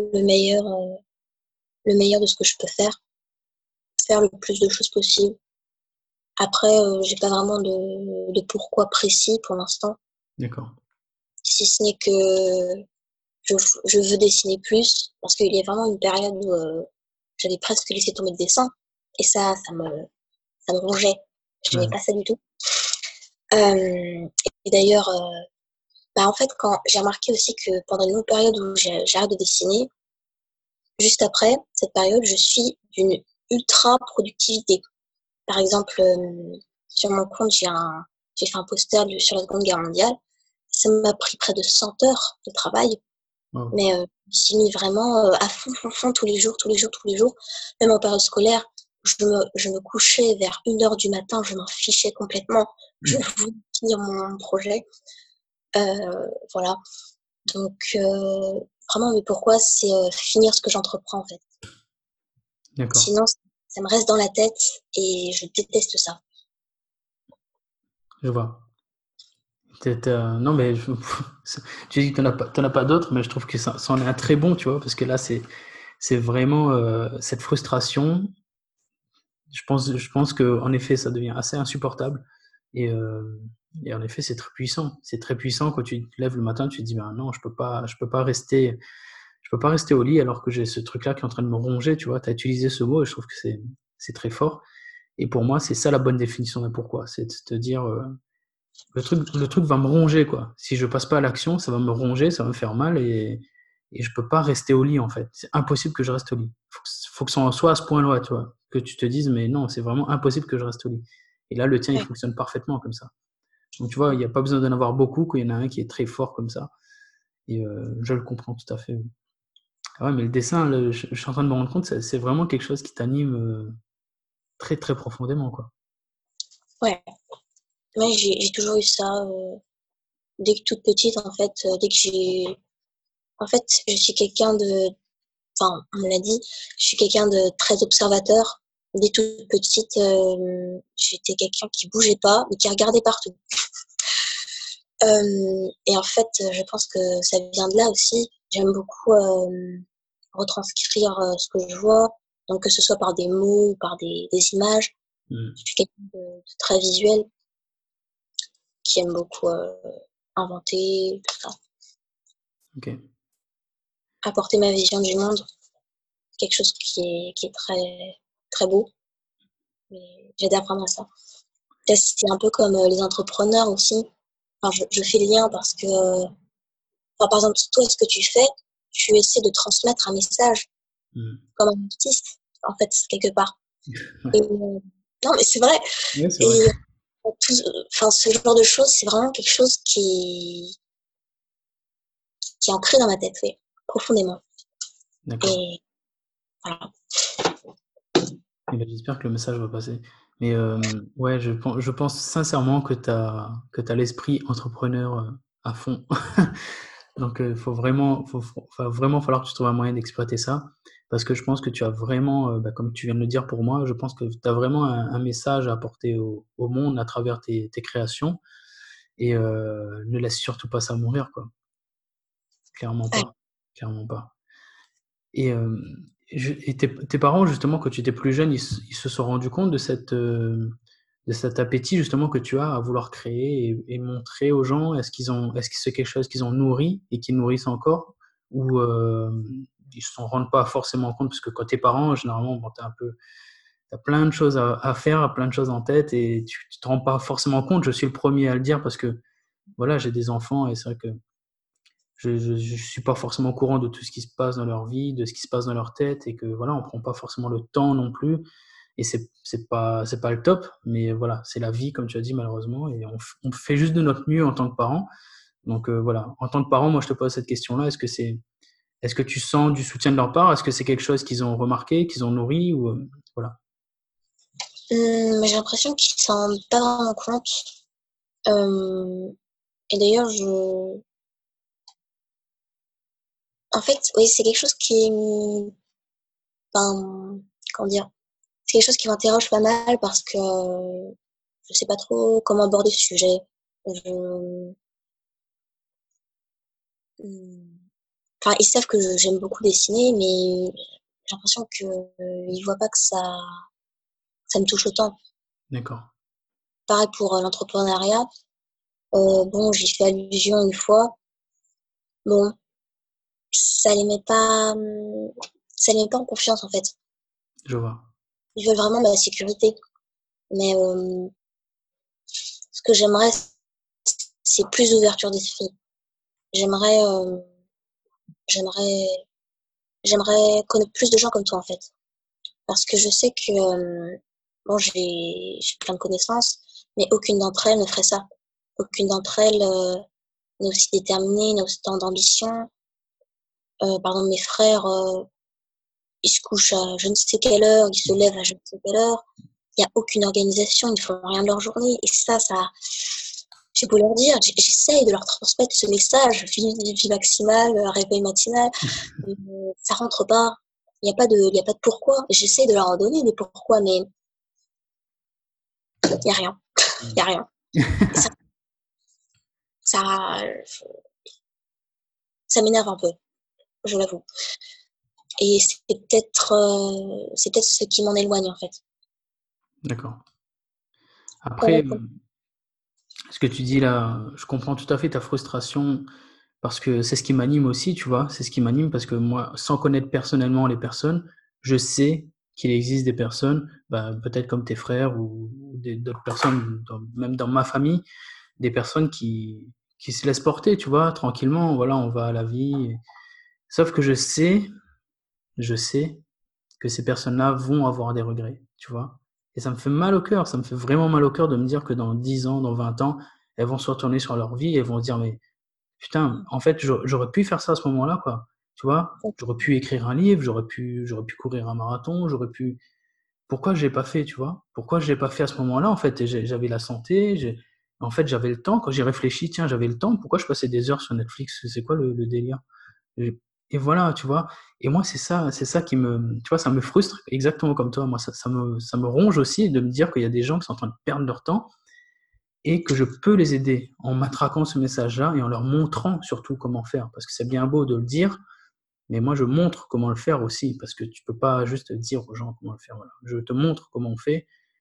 le meilleur de ce que je peux faire le plus de choses possible. Après, j'ai pas vraiment de pourquoi précis pour l'instant, D'accord. si ce n'est que je, je veux dessiner plus, parce qu'il y a vraiment une période où j'avais presque laissé tomber le dessin, et ça me rongeait. Je n'aimais Ouais. pas ça du tout. Et d'ailleurs, en fait, quand j'ai remarqué aussi que pendant une longue période où j'arrête de dessiner, juste après cette période, je suis d'une ultra productivité. Par exemple, sur mon compte, j'ai fait un poster sur la Seconde Guerre mondiale. Ça m'a pris près de 100 heures de travail, Wow. mais je me suis mis vraiment à fond, tous les jours, tous les jours, tous les jours. Même en période scolaire, je me couchais vers 1 heure du matin, je m'en fichais complètement. Je voulais finir mon projet. Voilà. Donc, vraiment, mais pourquoi c'est finir ce que j'entreprends, en fait. D'accord. Sinon, ça me reste dans la tête et je déteste ça. Je vois. Non, mais tu dis que t'en as pas d'autres, mais je trouve que ça en est un très bon, tu vois, parce que là, c'est vraiment cette frustration. Je pense que en effet, ça devient assez insupportable. Et, euh, et en effet, c'est très puissant. C'est très puissant quand tu te lèves le matin, tu te dis, ben non, je peux pas rester au lit alors que j'ai ce truc-là qui est en train de me ronger, tu vois. Tu as utilisé ce mot et je trouve que c'est très fort. Et pour moi, c'est ça la bonne définition de pourquoi. C'est de te dire, le truc va me ronger, quoi. Si je passe pas à l'action, ça va me ronger, ça va me faire mal et je peux pas rester au lit, en fait. C'est impossible que je reste au lit. Faut que ça en soit à ce point-là, tu vois. Que tu te dises, mais non, c'est vraiment impossible que je reste au lit. Et là, le tien, il Ouais. fonctionne parfaitement comme ça. Donc, tu vois, il n'y a pas besoin d'en avoir beaucoup, qu'il y en a un qui est très fort comme ça. Et je le comprends tout à fait. Ah ouais, mais le dessin, je suis en train de me rendre compte, c'est vraiment quelque chose qui t'anime très, très profondément, quoi. Ouais. Moi, j'ai toujours eu ça. Dès que toute petite, en fait, En fait, je suis quelqu'un de... Enfin, on me l'a dit, je suis quelqu'un de très observateur. Dès toute petite, j'étais quelqu'un qui bougeait pas, mais qui regardait partout. Et en fait, je pense que ça vient de là aussi. J'aime beaucoup retranscrire ce que je vois, donc que ce soit par des mots ou par des images. Mm. Je suis quelqu'un de très visuel, qui aime beaucoup inventer, tout ça. Ok. Apporter ma vision du monde, quelque chose qui est très, très beau. Mais j'ai d'apprendre à ça. C'est un peu comme les entrepreneurs aussi. Enfin, je fais le lien parce que, enfin, par exemple, toi, ce que tu essaies de transmettre un message Mm. comme un artiste, en fait, quelque part. Ouais. Et, non, mais c'est vrai. Ouais, c'est vrai. Et tout, enfin, ce genre de choses, c'est vraiment quelque chose qui est ancré dans ma tête, oui, profondément. D'accord. Et voilà. Eh ben, j'espère que le message va passer. Mais ouais, je pense sincèrement que t'as l'esprit entrepreneur à fond. Donc, va vraiment falloir que tu trouves un moyen d'exploiter ça. Parce que je pense que tu as vraiment, bah, comme tu viens de le dire pour moi, je pense que tu as vraiment un message à apporter au monde à travers tes créations. Et ne laisse surtout pas ça mourir, quoi. Clairement Ouais. pas. Clairement pas. Et, tes parents, justement, quand tu étais plus jeune, ils se sont rendus compte de cet appétit, justement, que tu as à vouloir créer et montrer aux gens? Est-ce que c'est quelque chose qu'ils ont nourri et qu'ils nourrissent encore? Ou ils s'en rendent pas forcément compte? Parce que quand t'es parent, généralement, bon, t'as plein de choses à faire, plein de choses en tête et tu te rends pas forcément compte. Je suis le premier à le dire parce que, voilà, j'ai des enfants et c'est vrai que je suis pas forcément au courant de tout ce qui se passe dans leur vie, de ce qui se passe dans leur tête et que voilà, on prend pas forcément le temps non plus et c'est pas le top, mais voilà, c'est la vie comme tu as dit malheureusement et on fait juste de notre mieux en tant que parents. Donc voilà, en tant que parent, moi je te pose cette question-là, est-ce que tu sens du soutien de leur part? Est-ce que c'est quelque chose qu'ils ont remarqué, qu'ils ont nourri ou voilà. Mais j'ai l'impression qu'ils s'en rendent pas vraiment compte. Euh, et d'ailleurs, en fait, oui, c'est quelque chose enfin, comment dire, c'est quelque chose qui m'interroge pas mal parce que je sais pas trop comment aborder ce sujet. Je- Enfin, ils savent que j'aime beaucoup dessiner, mais j'ai l'impression que ils voient pas que ça me touche autant. D'accord. Pareil pour l'entrepreneuriat. Bon, j'y fais allusion une fois. Bon, ça les met pas, ça les met pas en confiance en fait. Je vois. Ils veulent vraiment ma sécurité. Mais ce que j'aimerais, c'est plus d'ouverture d'esprit. J'aimerais, j'aimerais, j'aimerais connaître plus de gens comme toi en fait. Parce que je sais que, bon, j'ai plein de connaissances, mais aucune d'entre elles ne ferait ça. Aucune d'entre elles n'est aussi déterminée, n'a autant d'ambition. Par exemple, mes frères, ils se couchent à je ne sais quelle heure, ils se lèvent à je ne sais quelle heure. Il n'y a aucune organisation, ils ne font rien de leur journée. Et ça, j'ai beau leur dire, j'essaye de leur transmettre ce message, vie maximale, réveil matinal, mais ça rentre pas. Il y a pas de pourquoi. J'essaie de leur en donner des pourquoi, mais il n'y a rien. Il n'y a rien. Et ça, ça m'énerve un peu, je l'avoue. Et c'est peut-être ce qui m'en éloigne, en fait. D'accord. Après, Voilà pour- ce que tu dis là, je comprends tout à fait ta frustration parce que c'est ce qui m'anime aussi, tu vois. C'est ce qui m'anime parce que moi, sans connaître personnellement les personnes, je sais qu'il existe des personnes, bah, peut-être comme tes frères ou d'autres personnes, même dans ma famille, des personnes qui se laissent porter, tu vois, tranquillement. Voilà, on va à la vie. Sauf que je sais que ces personnes-là vont avoir des regrets, tu vois. Et ça me fait mal au cœur, ça me fait vraiment mal au cœur de me dire que dans 10 ans, dans 20 ans, elles vont se retourner sur leur vie et elles vont se dire, mais putain, en fait, j'aurais pu faire ça à ce moment-là, quoi. Tu vois, j'aurais pu écrire un livre, j'aurais pu courir un marathon, j'aurais pu. Pourquoi je l'ai pas fait, tu vois? Pourquoi je l'ai pas fait à ce moment-là, en fait? Et j'avais la santé, en fait, j'avais le temps. Quand j'y réfléchis, tiens, j'avais le temps. Pourquoi je passais des heures sur Netflix? C'est quoi le délire? Et, et voilà, tu vois. Et moi, c'est ça qui me, tu vois, ça me frustre exactement comme toi. Moi, ça me ronge aussi de me dire qu'il y a des gens qui sont en train de perdre leur temps et que je peux les aider en matraquant ce message-là et en leur montrant surtout comment faire. Parce que c'est bien beau de le dire, mais moi, je montre comment le faire aussi, parce que tu peux pas juste dire aux gens comment le faire. Voilà. Je te montre comment on fait,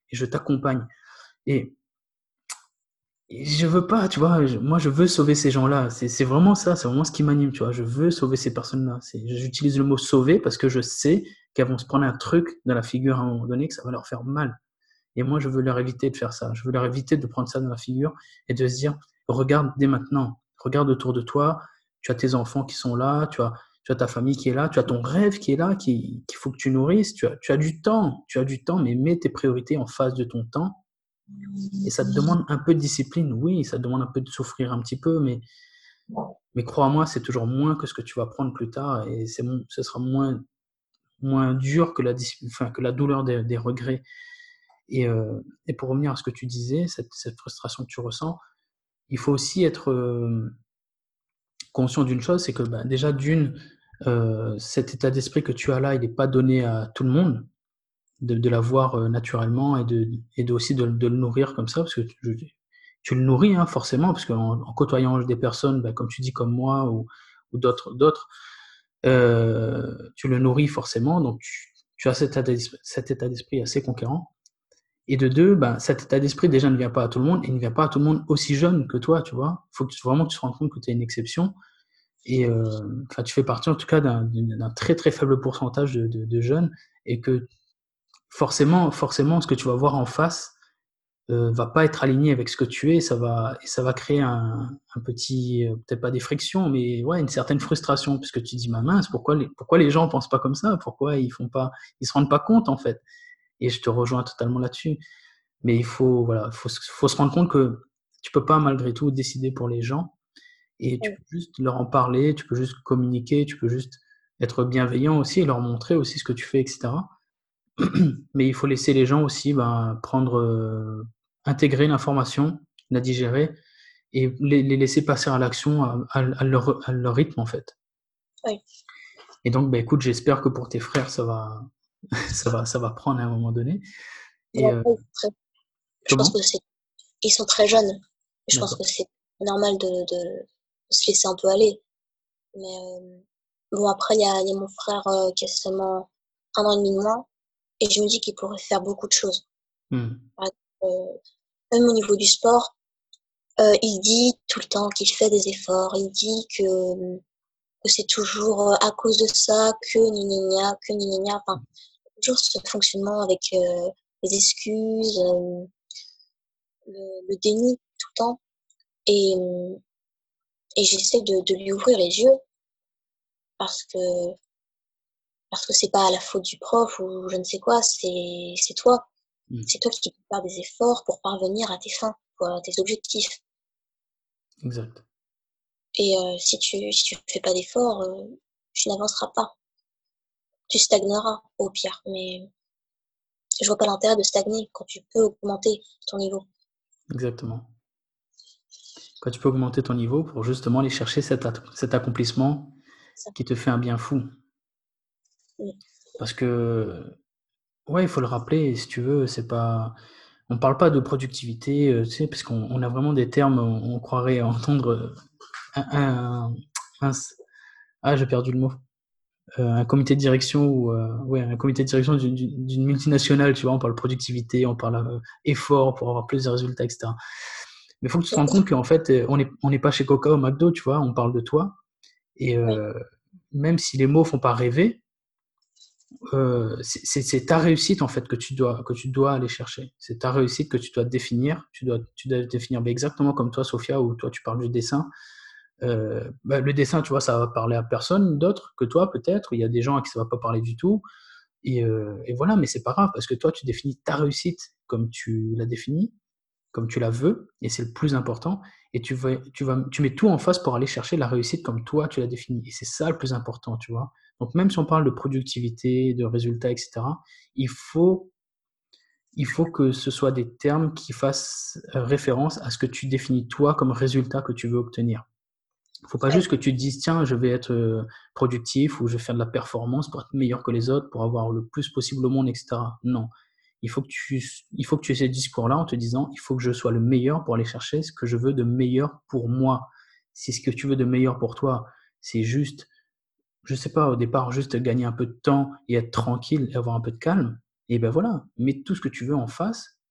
et je t'accompagne. Et je veux pas, tu vois, moi je veux sauver ces gens-là. C'est vraiment ça, c'est vraiment ce qui m'anime, tu vois. Je veux sauver ces personnes-là. J'utilise le mot sauver parce que je sais qu'elles vont se prendre un truc dans la figure à un moment donné, que ça va leur faire mal. Et moi, je veux leur éviter de faire ça. Je veux leur éviter de prendre ça dans la figure et de se dire, regarde dès maintenant, regarde autour de toi, tu as tes enfants qui sont là, tu as ta famille qui est là, tu as ton rêve qui est là, qu'il faut que tu nourrisses, tu as du temps, mais mets tes priorités en face de ton temps. Et ça te demande un peu de discipline, oui, ça te demande un peu de souffrir un petit peu, mais crois-moi, c'est toujours moins que ce que tu vas prendre plus tard et ce sera moins dur que que la douleur des regrets. Et pour revenir à ce que tu disais, cette frustration que tu ressens, il faut aussi être conscient d'une chose, c'est que déjà cet état d'esprit que tu as là, il n'est pas donné à tout le monde, de l'avoir naturellement et aussi de le nourrir comme ça, parce que tu le nourris hein, forcément, parce qu'en côtoyant des personnes, comme tu dis, comme moi ou d'autres, tu le nourris forcément, donc tu as cet état d'esprit assez conquérant. Et de deux, cet état d'esprit déjà ne vient pas à tout le monde et ne vient pas à tout le monde aussi jeune que toi, tu vois. Il faut vraiment que tu te rendes compte que tu es une exception. Et tu fais partie en tout cas d'un très très faible pourcentage de jeunes et que forcément, ce que tu vas voir en face va pas être aligné avec ce que tu es. Et ça va créer un petit, peut-être pas des frictions, mais ouais, une certaine frustration puisque tu dis, mince, pourquoi les gens pensent pas comme ça? Pourquoi ils se rendent pas compte en fait? Et je te rejoins totalement là-dessus. Mais voilà, faut se rendre compte que tu peux pas malgré tout décider pour les gens et tu peux juste leur en parler, tu peux juste communiquer, tu peux juste être bienveillant aussi et leur montrer aussi ce que tu fais, etc. Mais il faut laisser les gens aussi intégrer l'information, la digérer et les laisser passer à l'action à leur rythme en fait. Oui. Et donc, écoute, j'espère que pour tes frères, ça va, ça va prendre à un moment donné. Et je pense que ils sont très jeunes. Je pense d'accord. que c'est normal de se laisser un peu aller. Mais bon, après, il y a mon frère qui a seulement 1 an et demi de moins. Et je me dis qu'il pourrait faire beaucoup de choses. Par exemple, même au niveau du sport, il dit tout le temps qu'il fait des efforts. Il dit que c'est toujours à cause de ça, que gna gna. Enfin, toujours ce fonctionnement avec les excuses, le déni tout le temps. Et, et j'essaie de lui ouvrir les yeux parce que c'est pas la faute du prof ou je ne sais quoi, c'est toi. C'est toi qui peux faire des efforts pour parvenir à tes fins, à tes objectifs. Exact. Et si tu fais pas d'efforts, tu n'avanceras pas. Tu stagneras au pire, mais je vois pas l'intérêt de stagner quand tu peux augmenter ton niveau. Exactement. Quand tu peux augmenter ton niveau pour justement aller chercher cet accomplissement Ça. qui te fait un bien fou. Parce que, ouais, il faut le rappeler, si tu veux, on parle pas de productivité, tu sais, parce qu'on a vraiment des termes, on croirait entendre mince, j'ai perdu le mot. Un comité de direction un comité de direction d'une multinationale, tu vois, on parle productivité, on parle effort pour avoir plus de résultats, etc. Mais il faut que tu te rendes compte qu'en fait, on n'est pas chez Coca ou McDo, tu vois, on parle de toi. Et même si les mots font pas rêver, c'est ta réussite en fait que tu dois aller chercher. C'est ta réussite que tu dois définir. Tu dois définir exactement comme toi, Sophia, où toi tu parles du dessin. Le dessin, tu vois, ça va parler à personne d'autre que toi peut-être. Il y a des gens à qui ça va pas parler du tout. Et voilà, mais c'est pas grave parce que toi tu définis ta réussite comme tu l'as définie, comme tu la veux, et c'est le plus important. Et tu mets tout en face pour aller chercher la réussite comme toi tu l'as définie. Et c'est ça le plus important, tu vois. Donc même si on parle de productivité, de résultats, etc., il faut que ce soit des termes qui fassent référence à ce que tu définis toi comme résultat que tu veux obtenir. Il ne faut pas juste que tu te dises, tiens, je vais être productif ou je vais faire de la performance pour être meilleur que les autres, pour avoir le plus possible au monde, etc. Non. Il faut que tu aies ce discours-là en te disant, il faut que je sois le meilleur pour aller chercher ce que je veux de meilleur pour moi. Si ce que tu veux de meilleur pour toi, c'est juste, je sais pas, au départ, juste gagner un peu de temps et être tranquille et avoir un peu de calme, et ben voilà, mets tout ce que tu veux en face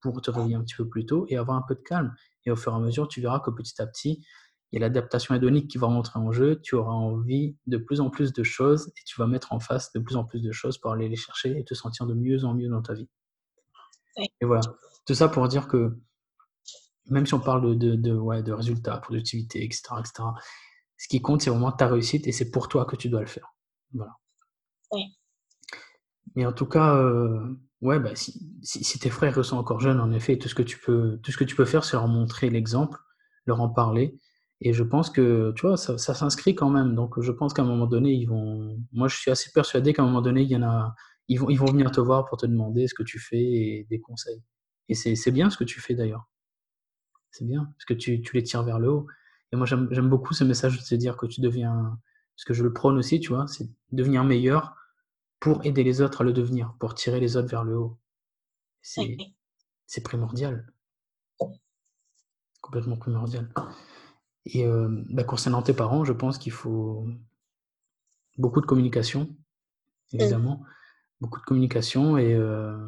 pour te réveiller un petit peu plus tôt et avoir un peu de calme. Et au fur et à mesure, tu verras que petit à petit, il y a l'adaptation hédonique qui va rentrer en jeu. Tu auras envie de plus en plus de choses et tu vas mettre en face de plus en plus de choses pour aller les chercher et te sentir de mieux en mieux dans ta vie. Ouais. Et voilà. Tout ça pour dire que même si on parle de résultats, productivité, etc., etc., ce qui compte, c'est vraiment ta réussite et c'est pour toi que tu dois le faire. Voilà. Ouais. Mais en tout cas, ouais, bah, si tes frères sont encore jeunes, en effet, tout ce que tu peux faire, c'est leur montrer l'exemple, leur en parler. Et je pense que, tu vois, ça s'inscrit quand même. Donc, je pense qu'à un moment donné, moi, je suis assez persuadé qu'à un moment donné, ils vont venir te voir pour te demander ce que tu fais et des conseils. Et c'est bien ce que tu fais d'ailleurs. C'est bien, parce que tu les tires vers le haut. Et moi, j'aime beaucoup ce message de te dire que tu deviens, parce que je le prône aussi, tu vois, c'est devenir meilleur pour aider les autres à le devenir, pour tirer les autres vers le haut. Ouais. C'est primordial, complètement primordial. Et concernant tes parents, je pense qu'il faut beaucoup de communication, évidemment, beaucoup de communication. Et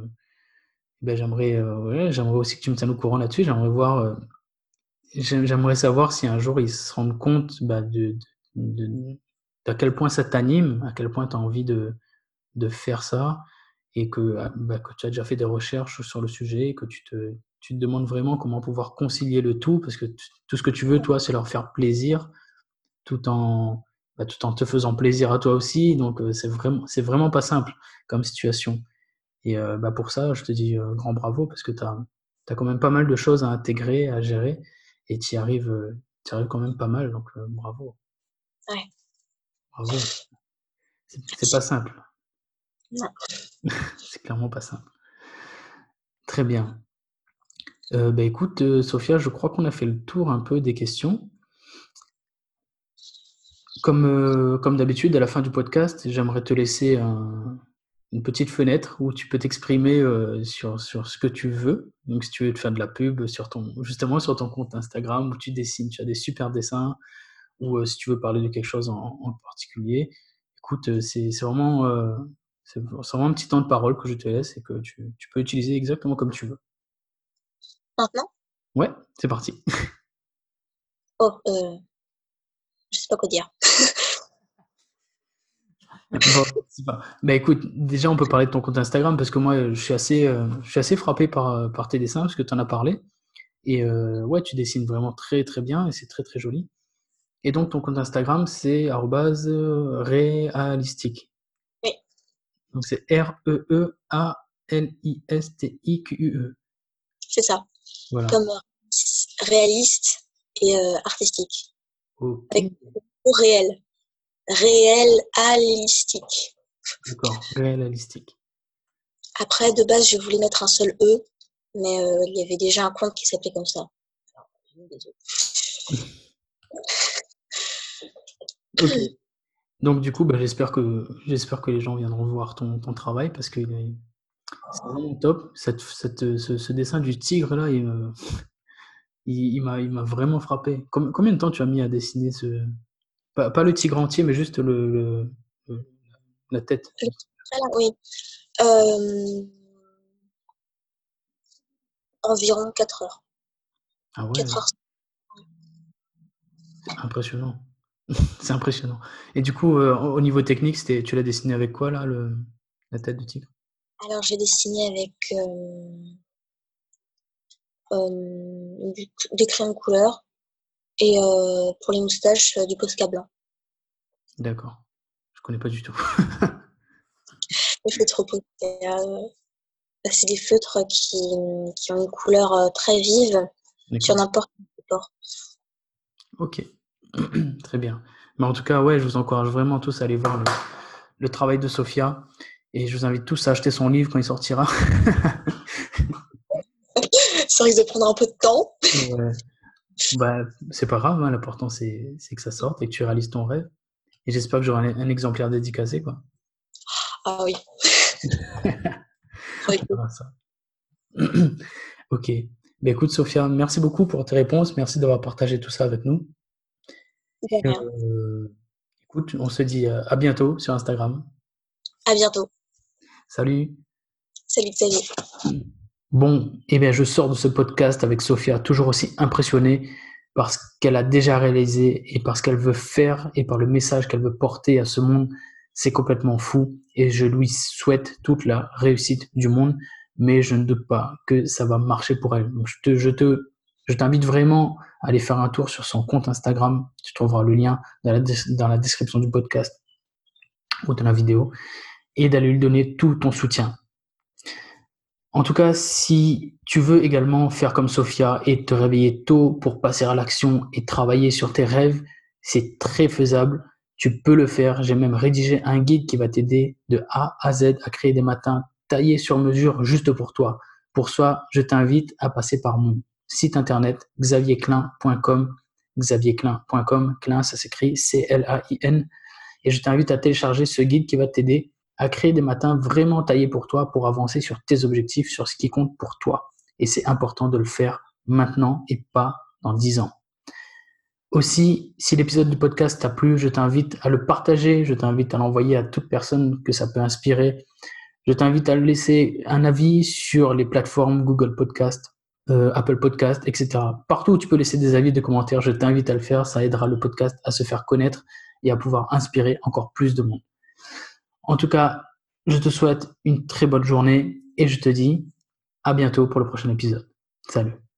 j'aimerais aussi que tu me tiennes au courant là-dessus. J'aimerais savoir si un jour ils se rendent compte d'à quel point ça t'anime, à quel point tu as envie de faire ça, et que tu as déjà fait des recherches sur le sujet, et que tu te demandes vraiment comment pouvoir concilier le tout, parce que tout ce que tu veux, toi, c'est leur faire plaisir, tout en te faisant plaisir à toi aussi. Donc, c'est vraiment pas simple comme situation. Et pour ça, je te dis grand bravo, parce que tu as quand même pas mal de choses à intégrer, à gérer, et tu y arrives quand même pas mal. Donc, bravo. Ouais. Bravo. C'est pas simple. Non. C'est clairement pas simple. Très bien. Écoute, Sophia, je crois qu'on a fait le tour un peu des questions. Comme d'habitude, à la fin du podcast, j'aimerais te laisser une petite fenêtre où tu peux t'exprimer sur ce que tu veux. Donc, si tu veux te faire de la pub justement sur ton compte Instagram où tu dessines, tu as des super dessins, ou si tu veux parler de quelque chose en particulier, écoute, c'est vraiment un petit temps de parole que je te laisse et que tu peux utiliser exactement comme tu veux. Maintenant? Ouais, c'est parti. Oh, je sais pas quoi dire. Bon, c'est pas. Bah écoute, déjà on peut parler de ton compte Instagram parce que moi je suis assez frappé par tes dessins parce que tu en as parlé. Et ouais, tu dessines vraiment très très bien et c'est très très joli. Et donc ton compte Instagram c'est @realistique. Oui, Donc c'est REEALISTIQUE. c'est ça. Voilà. Comme réaliste et artistique. Ok, Avec au réel. Réalistique. d'accord. Réalistique. Après, de base, je voulais mettre un seul E, mais il y avait déjà un compte qui s'appelait comme ça. Alors, désolée. Ok. Donc du coup, j'espère que les gens viendront voir ton travail parce que c'est vraiment top. Ce dessin du tigre là, il m'a vraiment frappé. Combien de temps tu as mis à dessiner pas le tigre entier, mais juste la tête? Voilà, oui. Euh, environ 4 heures. Ah ouais, 4 heures. c'est impressionnant. C'est impressionnant. Et du coup, au niveau technique, tu l'as dessiné avec quoi là, la tête du tigre? Alors, j'ai dessiné avec des crayons de couleur et pour les moustaches, du Posca blanc. D'accord. Je connais pas du tout. Les feutres Posca, c'est des feutres qui ont une couleur très vive sur D'accord. n'importe quel support. Ok. Très bien. Mais en tout cas, ouais, je vous encourage vraiment tous à aller voir le travail de Sophia. Et je vous invite tous à acheter son livre quand il sortira. Ça risque de prendre un peu de temps. Ouais. Bah, c'est pas grave, hein, l'important c'est que ça sorte et que tu réalises ton rêve. Et j'espère que j'aurai un exemplaire dédicacé, quoi. Ah oui. Oui. On verra ça. Ok. Ben écoute, Sophia, merci beaucoup pour tes réponses. Merci d'avoir partagé tout ça avec nous. De Et, rien. écoute, on se dit à bientôt sur Instagram. À bientôt. Salut! Salut Xavier. Bon, eh bien, je sors de ce podcast avec Sophia toujours aussi impressionnée par ce qu'elle a déjà réalisé et par ce qu'elle veut faire et par le message qu'elle veut porter à ce monde. C'est complètement fou et je lui souhaite toute la réussite du monde, mais je ne doute pas que ça va marcher pour elle. Donc, je t'invite vraiment à aller faire un tour sur son compte Instagram. Tu trouveras le lien dans la description du podcast ou de la vidéo et d'aller lui donner tout ton soutien. En tout cas, si tu veux également faire comme Sophia et te réveiller tôt pour passer à l'action et travailler sur tes rêves, c'est très faisable. Tu peux le faire. J'ai même rédigé un guide qui va t'aider de A à Z à créer des matins taillés sur mesure juste pour toi. Pour ça, je t'invite à passer par mon site internet xavierclin.com. xavierclin.com, Clin, ça s'écrit C-L-A-I-N. Et je t'invite à télécharger ce guide qui va t'aider à créer des matins vraiment taillés pour toi, pour avancer sur tes objectifs, sur ce qui compte pour toi. Et c'est important de le faire maintenant et pas dans 10 ans. Aussi, si l'épisode du podcast t'a plu, je t'invite à le partager, je t'invite à l'envoyer à toute personne que ça peut inspirer. Je t'invite à laisser un avis sur les plateformes Google Podcast, Apple Podcast, etc. Partout où tu peux laisser des avis, des commentaires, je t'invite à le faire. Ça aidera le podcast à se faire connaître et à pouvoir inspirer encore plus de monde. En tout cas, je te souhaite une très bonne journée et je te dis à bientôt pour le prochain épisode. Salut.